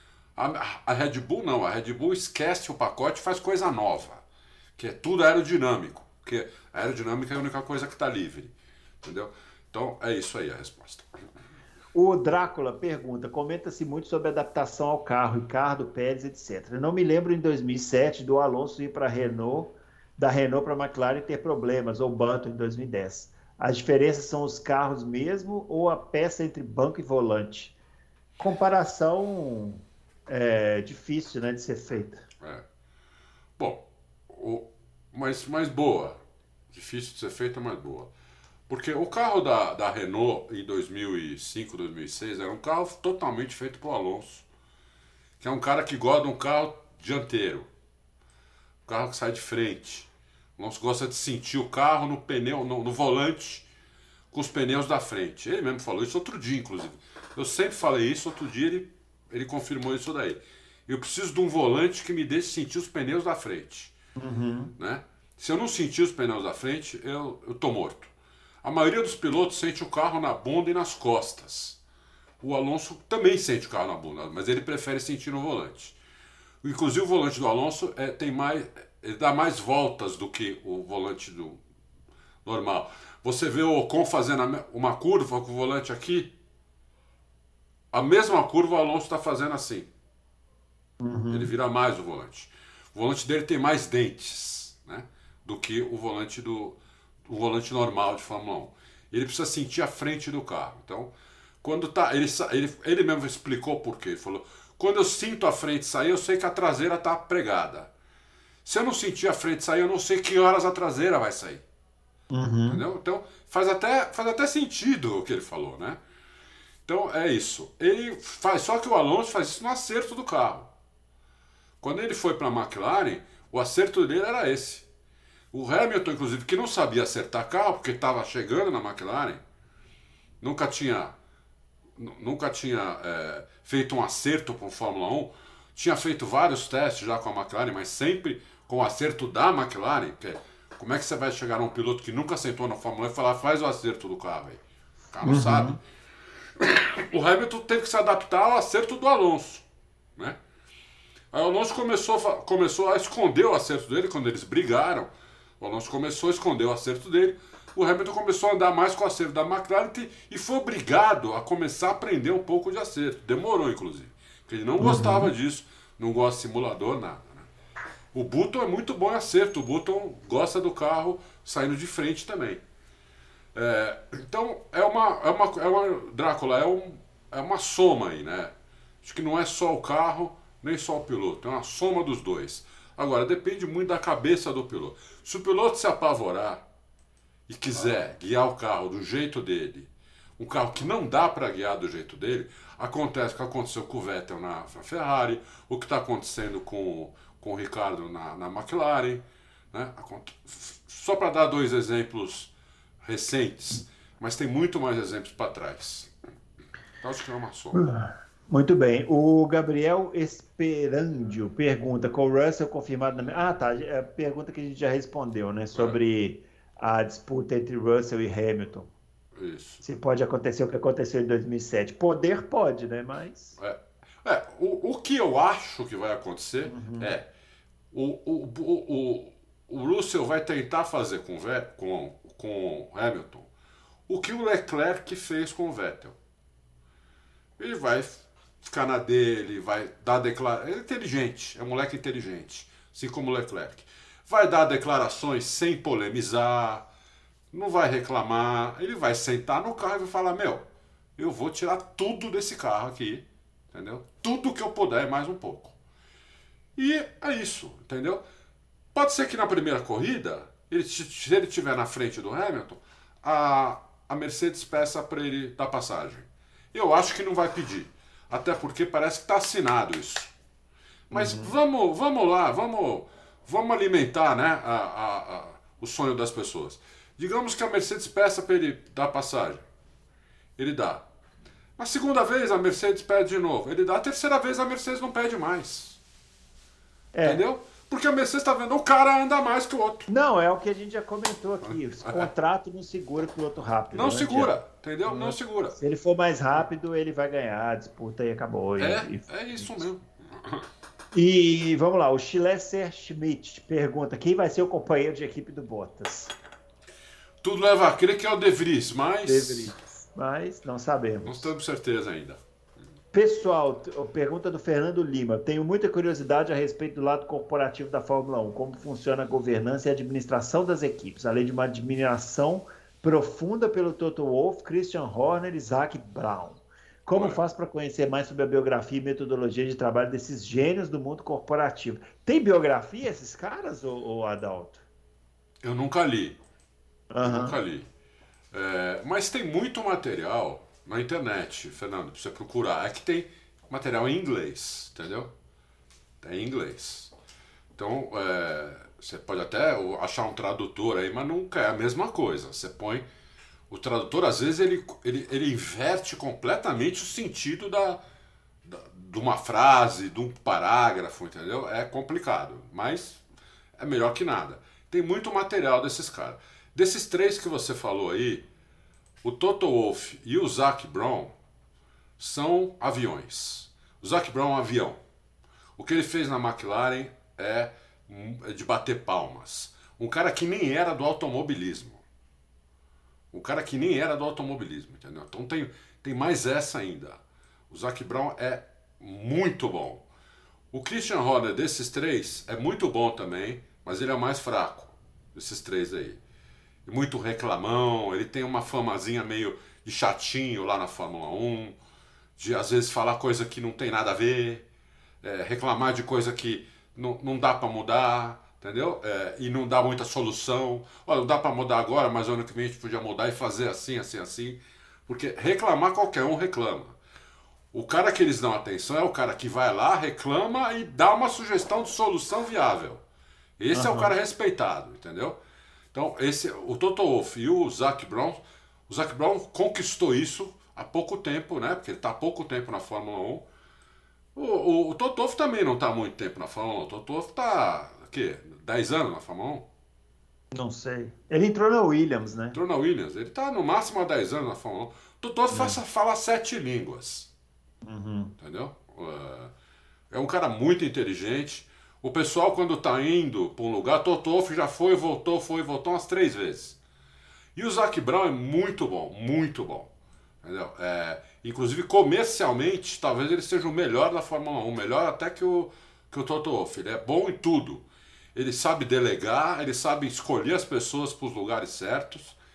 A Red Bull não, a Red Bull esquece o pacote e faz coisa nova, que é tudo aerodinâmico, porque a aerodinâmica é a única coisa que está livre, entendeu? Então é isso aí a resposta. O Drácula pergunta, comenta-se muito sobre adaptação ao carro, Ricardo, Pérez, etc. Eu não me lembro em 2007 do Alonso ir para a Renault, da Renault para a McLaren ter problemas, ou Button em 2010. As diferenças são os carros mesmo ou a peça entre banco e volante? Comparação difícil, né, de ser feita. Bom, mas boa. Difícil de ser feita, mas boa. Porque o carro da Renault em 2005, 2006 era um carro totalmente feito para o Alonso, que é um cara que gosta de um carro dianteiro, um carro que sai de frente. O Alonso gosta de sentir o carro no pneu, no volante, com os pneus da frente. Ele mesmo falou isso outro dia, inclusive. Eu sempre falei isso, outro dia ele confirmou isso daí. Eu preciso de um volante que me deixe sentir os pneus da frente. Né? Se eu não sentir os pneus da frente, eu tô morto. A maioria dos pilotos sente o carro na bunda e nas costas. O Alonso também sente o carro na bunda, mas ele prefere sentir no volante. Inclusive o volante do Alonso ele dá mais voltas do que o volante do normal. Você vê o Ocon fazendo uma curva com o volante aqui, a mesma curva o Alonso está fazendo assim. Ele vira mais o volante. O volante dele tem mais dentes, né, do que o volante normal de Fórmula 1. Ele precisa sentir a frente do carro. Então, quando tá, ele mesmo explicou por quê. Ele falou: quando eu sinto a frente sair, eu sei que a traseira está pregada. Se eu não sentir a frente sair, eu não sei que horas a traseira vai sair. Entendeu? Então, faz até sentido o que ele falou, né? Então, é isso. Só que o Alonso faz isso no acerto do carro. Quando ele foi para a McLaren, o acerto dele era esse. O Hamilton, inclusive, que não sabia acertar carro, porque estava chegando na McLaren, nunca tinha feito um acerto para o Fórmula 1, tinha feito vários testes já com a McLaren, mas sempre com o acerto da McLaren. Como é que você vai chegar a um piloto que nunca sentou na Fórmula 1 e falar: faz o acerto do carro aí? O cara não sabe. O Hamilton teve que se adaptar ao acerto do Alonso, né? Aí o Alonso começou a esconder o acerto dele quando eles brigaram. O Alonso começou a esconder o acerto dele. O Hamilton começou a andar mais com o acerto da McLaren e foi obrigado a começar a aprender um pouco de acerto. Demorou, inclusive, porque ele não gostava disso, não gosta de simulador, nada, né? O Button é muito bom em acerto. O Button gosta do carro saindo de frente também. Então, Drácula, é uma soma aí, né? Acho que não é só o carro, nem só o piloto, é uma soma dos dois. Agora, depende muito da cabeça do piloto. Se o piloto se apavorar e quiser guiar o carro do jeito dele, um carro que não dá para guiar do jeito dele, acontece o que aconteceu com o Vettel na Ferrari, o que está acontecendo com o Ricardo na McLaren, né? Só para dar dois exemplos recentes, mas tem muito mais exemplos para trás. Então acho que é uma soma. Muito bem. O Gabriel Esperandio pergunta: com o Russell confirmado na. Ah, tá. É a pergunta que a gente já respondeu, né? Sobre a disputa entre Russell e Hamilton. Isso. Se pode acontecer o que aconteceu em 2007. Poder pode, né? Mas. O que eu acho que vai acontecer é o Russell vai tentar fazer com Hamilton o que o Leclerc fez com o Vettel. Ele vai ficar na dele, vai dar declarações. Ele é inteligente, é um moleque inteligente, assim como o Leclerc. Vai dar declarações sem polemizar, não vai reclamar. Ele vai sentar no carro e vai falar: Meu, eu vou tirar tudo desse carro aqui, entendeu? Tudo que eu puder, mais um pouco. E é isso, entendeu? Pode ser que na primeira corrida, se ele estiver na frente do Hamilton, a Mercedes peça para ele dar passagem. Eu acho que não vai pedir. Até porque parece que está assinado isso. Mas vamos lá, vamos alimentar, né, o sonho das pessoas. Digamos que a Mercedes peça para ele dar passagem. Ele dá. Na segunda vez a Mercedes pede de novo. Ele dá. A terceira vez a Mercedes não pede mais. Entendeu? Porque a Mercedes está vendo, o cara anda mais que o outro. Não, é o que a gente já comentou aqui. O contrato não segura o piloto rápido. Não segura, entendeu? Não segura. Se ele for mais rápido, ele vai ganhar a disputa e acabou. É isso mesmo. E vamos lá, o Schlesser Schmidt pergunta: quem vai ser o companheiro de equipe do Bottas? Tudo leva a crer que é o De Vries, mas não sabemos. Não temos certeza ainda. Pessoal, pergunta do Fernando Lima. Tenho muita curiosidade a respeito do lado corporativo da Fórmula 1, como funciona a governança e a administração das equipes, além de uma admiração profunda pelo Toto Wolff, Christian Horner e Zac Brown. Como faz para conhecer mais sobre a biografia e metodologia de trabalho desses gênios do mundo corporativo? Tem biografia esses caras, ou Adalto? Eu nunca li. Mas tem muito material na internet, Fernando, pra você procurar. É que tem material em inglês, entendeu? Tem em inglês. Então, você pode até achar um tradutor aí, mas nunca é a mesma coisa. Você põe... O tradutor, às vezes, ele inverte completamente o sentido de uma frase, de um parágrafo, entendeu? É complicado, mas é melhor que nada. Tem muito material desses caras. Desses três que você falou aí, o Toto Wolff e o Zac Brown são aviões. O Zac Brown é um avião. O que ele fez na McLaren é de bater palmas. Um cara que nem era do automobilismo. Entendeu? Então tem mais essa ainda. O Zac Brown é muito bom. O Christian Horner desses três é muito bom também, mas ele é o mais fraco desses três aí. Muito reclamão, ele tem uma famazinha meio de chatinho lá na Fórmula 1, de às vezes falar coisa que não tem nada a ver, reclamar de coisa que não dá para mudar, entendeu? E não dá muita solução. Olha, não dá para mudar agora, mas ano que vem a gente podia mudar e fazer assim, assim, assim. Porque reclamar qualquer um reclama. O cara que eles dão atenção é o cara que vai lá, reclama e dá uma sugestão de solução viável. Esse é o cara respeitado, entendeu? Então, o Toto Wolff e o Zac Brown conquistou isso há pouco tempo, né? Porque ele está há pouco tempo na Fórmula 1. O Toto Wolff também não está há muito tempo na Fórmula 1. O Toto Wolff está, 10 anos na Fórmula 1? Não sei. Ele entrou na Williams, né? Entrou na Williams. Ele está no máximo há 10 anos na Fórmula 1. O Toto Wolff fala 7 línguas. Entendeu? É um cara muito inteligente. O pessoal, quando está indo para um lugar, Toto Wolff já foi e voltou umas 3 vezes. E o Zac Brown é muito bom, entendeu? Inclusive, comercialmente, talvez ele seja o melhor da Fórmula 1, melhor até que o Toto Wolff. Ele é bom em tudo. Ele sabe delegar, ele sabe escolher as pessoas para os lugares certos.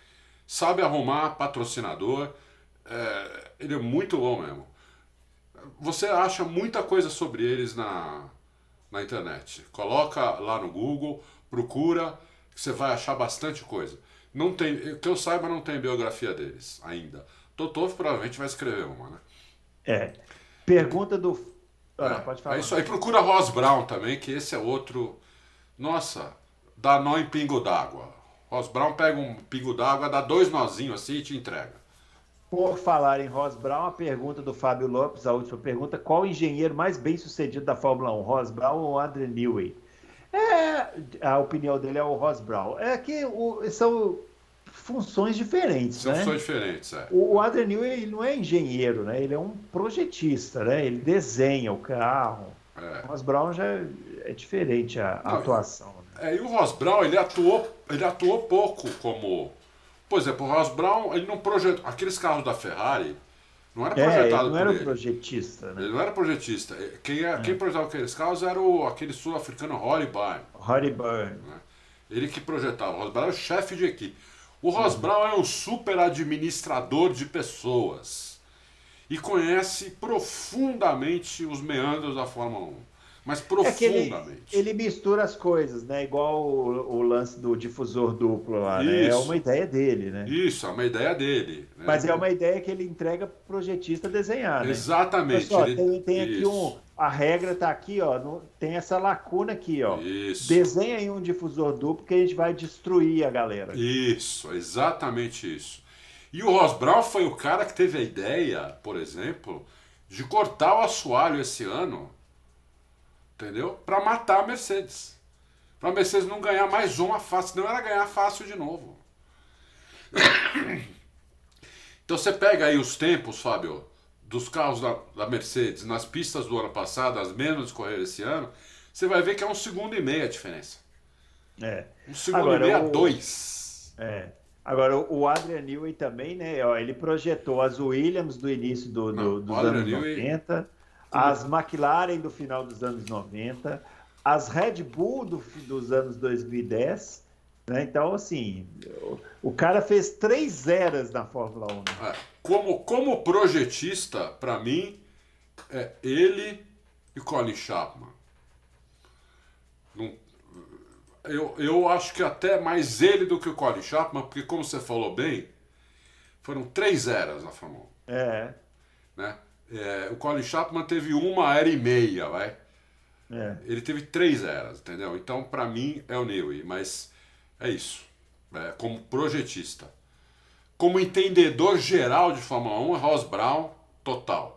sabe arrumar patrocinador, ele é muito bom mesmo. Você acha muita coisa sobre eles na internet. Coloca lá no Google, procura, que você vai achar bastante coisa. Não tem, que eu saiba, não tem biografia deles ainda. Totov provavelmente vai escrever uma, né? Pergunta do... pode falar. É isso aí. Procura Ross Brown também, que esse é outro... Nossa, dá nó em pingo d'água. Ross Brown pega um pingo d'água, dá 2 nozinhos assim e te entrega. Por falar em Ross Brown, a pergunta do Fábio Lopes, a última pergunta: qual o engenheiro mais bem sucedido da Fórmula 1, Ross Brown ou Adrian Newey? A opinião dele é o Ross Brown. É que são funções diferentes, São né? funções diferentes, O Adrian Newey, ele não é engenheiro, né? Ele é um projetista, né? Ele desenha o carro. O Ross Brown já é diferente a atuação. Né? E o Ross Brown, ele atuou pouco como... Por exemplo, o Ross Brown, ele não projetou... Aqueles carros da Ferrari não era projetado por ele. Ele não era o projetista, né? Ele não era projetista. Quem projetava aqueles carros era aquele sul-africano Rory Byrne. Rory Byrne. Né? Ele que projetava. O Ross Brown era o chefe de equipe. O Ross Brown é um super administrador de pessoas e conhece profundamente os meandros da Fórmula 1. Mas profundamente. Ele mistura as coisas, né? Igual o lance do difusor duplo lá, né? É uma ideia dele, né? Isso, é uma ideia dele. Né? Mas é uma ideia que ele entrega pro projetista desenhar, né? Exatamente. Pessoal, tem aqui a regra tá aqui, ó. Tem essa lacuna aqui, ó. Isso. Desenha aí um difusor duplo que a gente vai destruir a galera. Isso, exatamente isso. E o Ross Brown foi o cara que teve a ideia, por exemplo, de cortar o assoalho esse ano, entendeu? Para matar a Mercedes. Para a Mercedes não ganhar mais uma fácil, senão ela ganhar fácil de novo. Então você pega aí os tempos, Fábio, dos carros da Mercedes nas pistas do ano passado, as menos correram esse ano, você vai ver que é 1,5 segundo a diferença. 1,5 segundo a 2. Agora, o Adrian Newey também, né? Ó, ele projetou as Williams do início dos anos 90, as McLaren do final dos anos 90, as Red Bull dos anos 2010, né? Então, assim, o cara fez 3 eras na Fórmula 1. Né? Como projetista, para mim, é ele e Colin Chapman. Eu acho que até mais ele do que o Colin Chapman, porque, como você falou bem, foram 3 eras na Fórmula 1. Né? O Colin Chapman teve 1 era e meia, vai. Ele teve 3 eras, entendeu? Então, para mim, é o Newey, mas é isso. Como projetista. Como entendedor geral de Fórmula 1, é Ross Brown, total.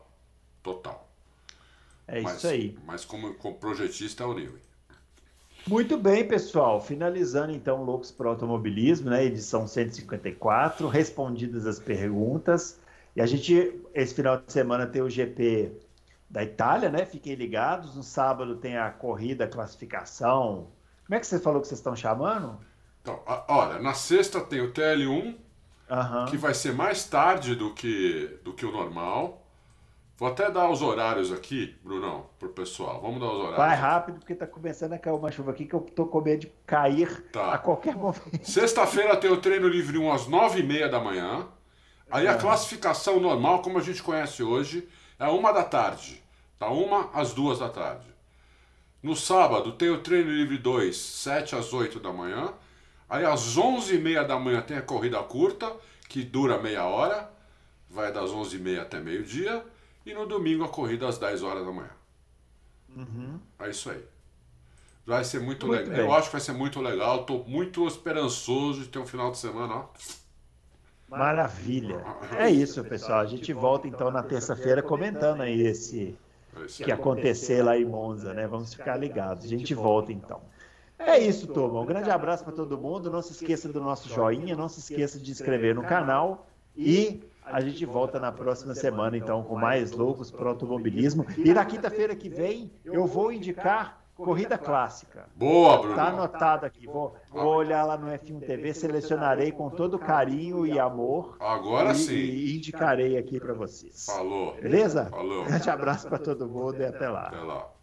Isso aí. Mas como projetista, é o Newey. Muito bem, pessoal. Finalizando, então, Loucos para o Automobilismo, né? Edição 154, respondidas as perguntas. E a gente, esse final de semana, tem o GP da Itália, né? Fiquem ligados. No sábado tem a corrida, a classificação. Como é que você falou que vocês estão chamando? Então, olha, na sexta tem o TL1, que vai ser mais tarde do que o normal. Vou até dar os horários aqui, Brunão, pro pessoal. Vamos dar os horários. Vai rápido, porque tá começando a cair uma chuva aqui que eu tô com medo de cair a qualquer momento. Sexta-feira tem o treino livre 1 às 9h30 da manhã. Aí a classificação normal, como a gente conhece hoje, é 1 da tarde. Da 1 às 2 da tarde. No sábado tem o treino livre 2, 7 às 8 da manhã. Aí às 11h30 da manhã tem a corrida curta, que dura meia hora. Vai das 11h30 até meio-dia. E no domingo a corrida às 10 horas da manhã. É isso aí. Vai ser muito legal. Bem. Eu acho que vai ser muito legal. Estou muito esperançoso de ter um final de semana, ó. Maravilha. É isso, pessoal. A gente volta então na terça-feira comentando aí que acontecer lá em Monza, né? Vamos ficar ligados. A gente volta então. É isso, turma. Um grande abraço para todo mundo. Não se esqueça do nosso joinha, não se esqueça de se inscrever no canal e a gente volta na próxima semana, então, com mais Loucos para o Automobilismo. E na quinta-feira que vem, eu vou indicar corrida clássica. Boa, Bruno. Está anotado aqui. Vou olhar lá no F1 TV, selecionarei com todo carinho e amor. Agora sim. E indicarei aqui para vocês. Falou. Beleza? Falou. Grande abraço para todo mundo e até lá. Até lá.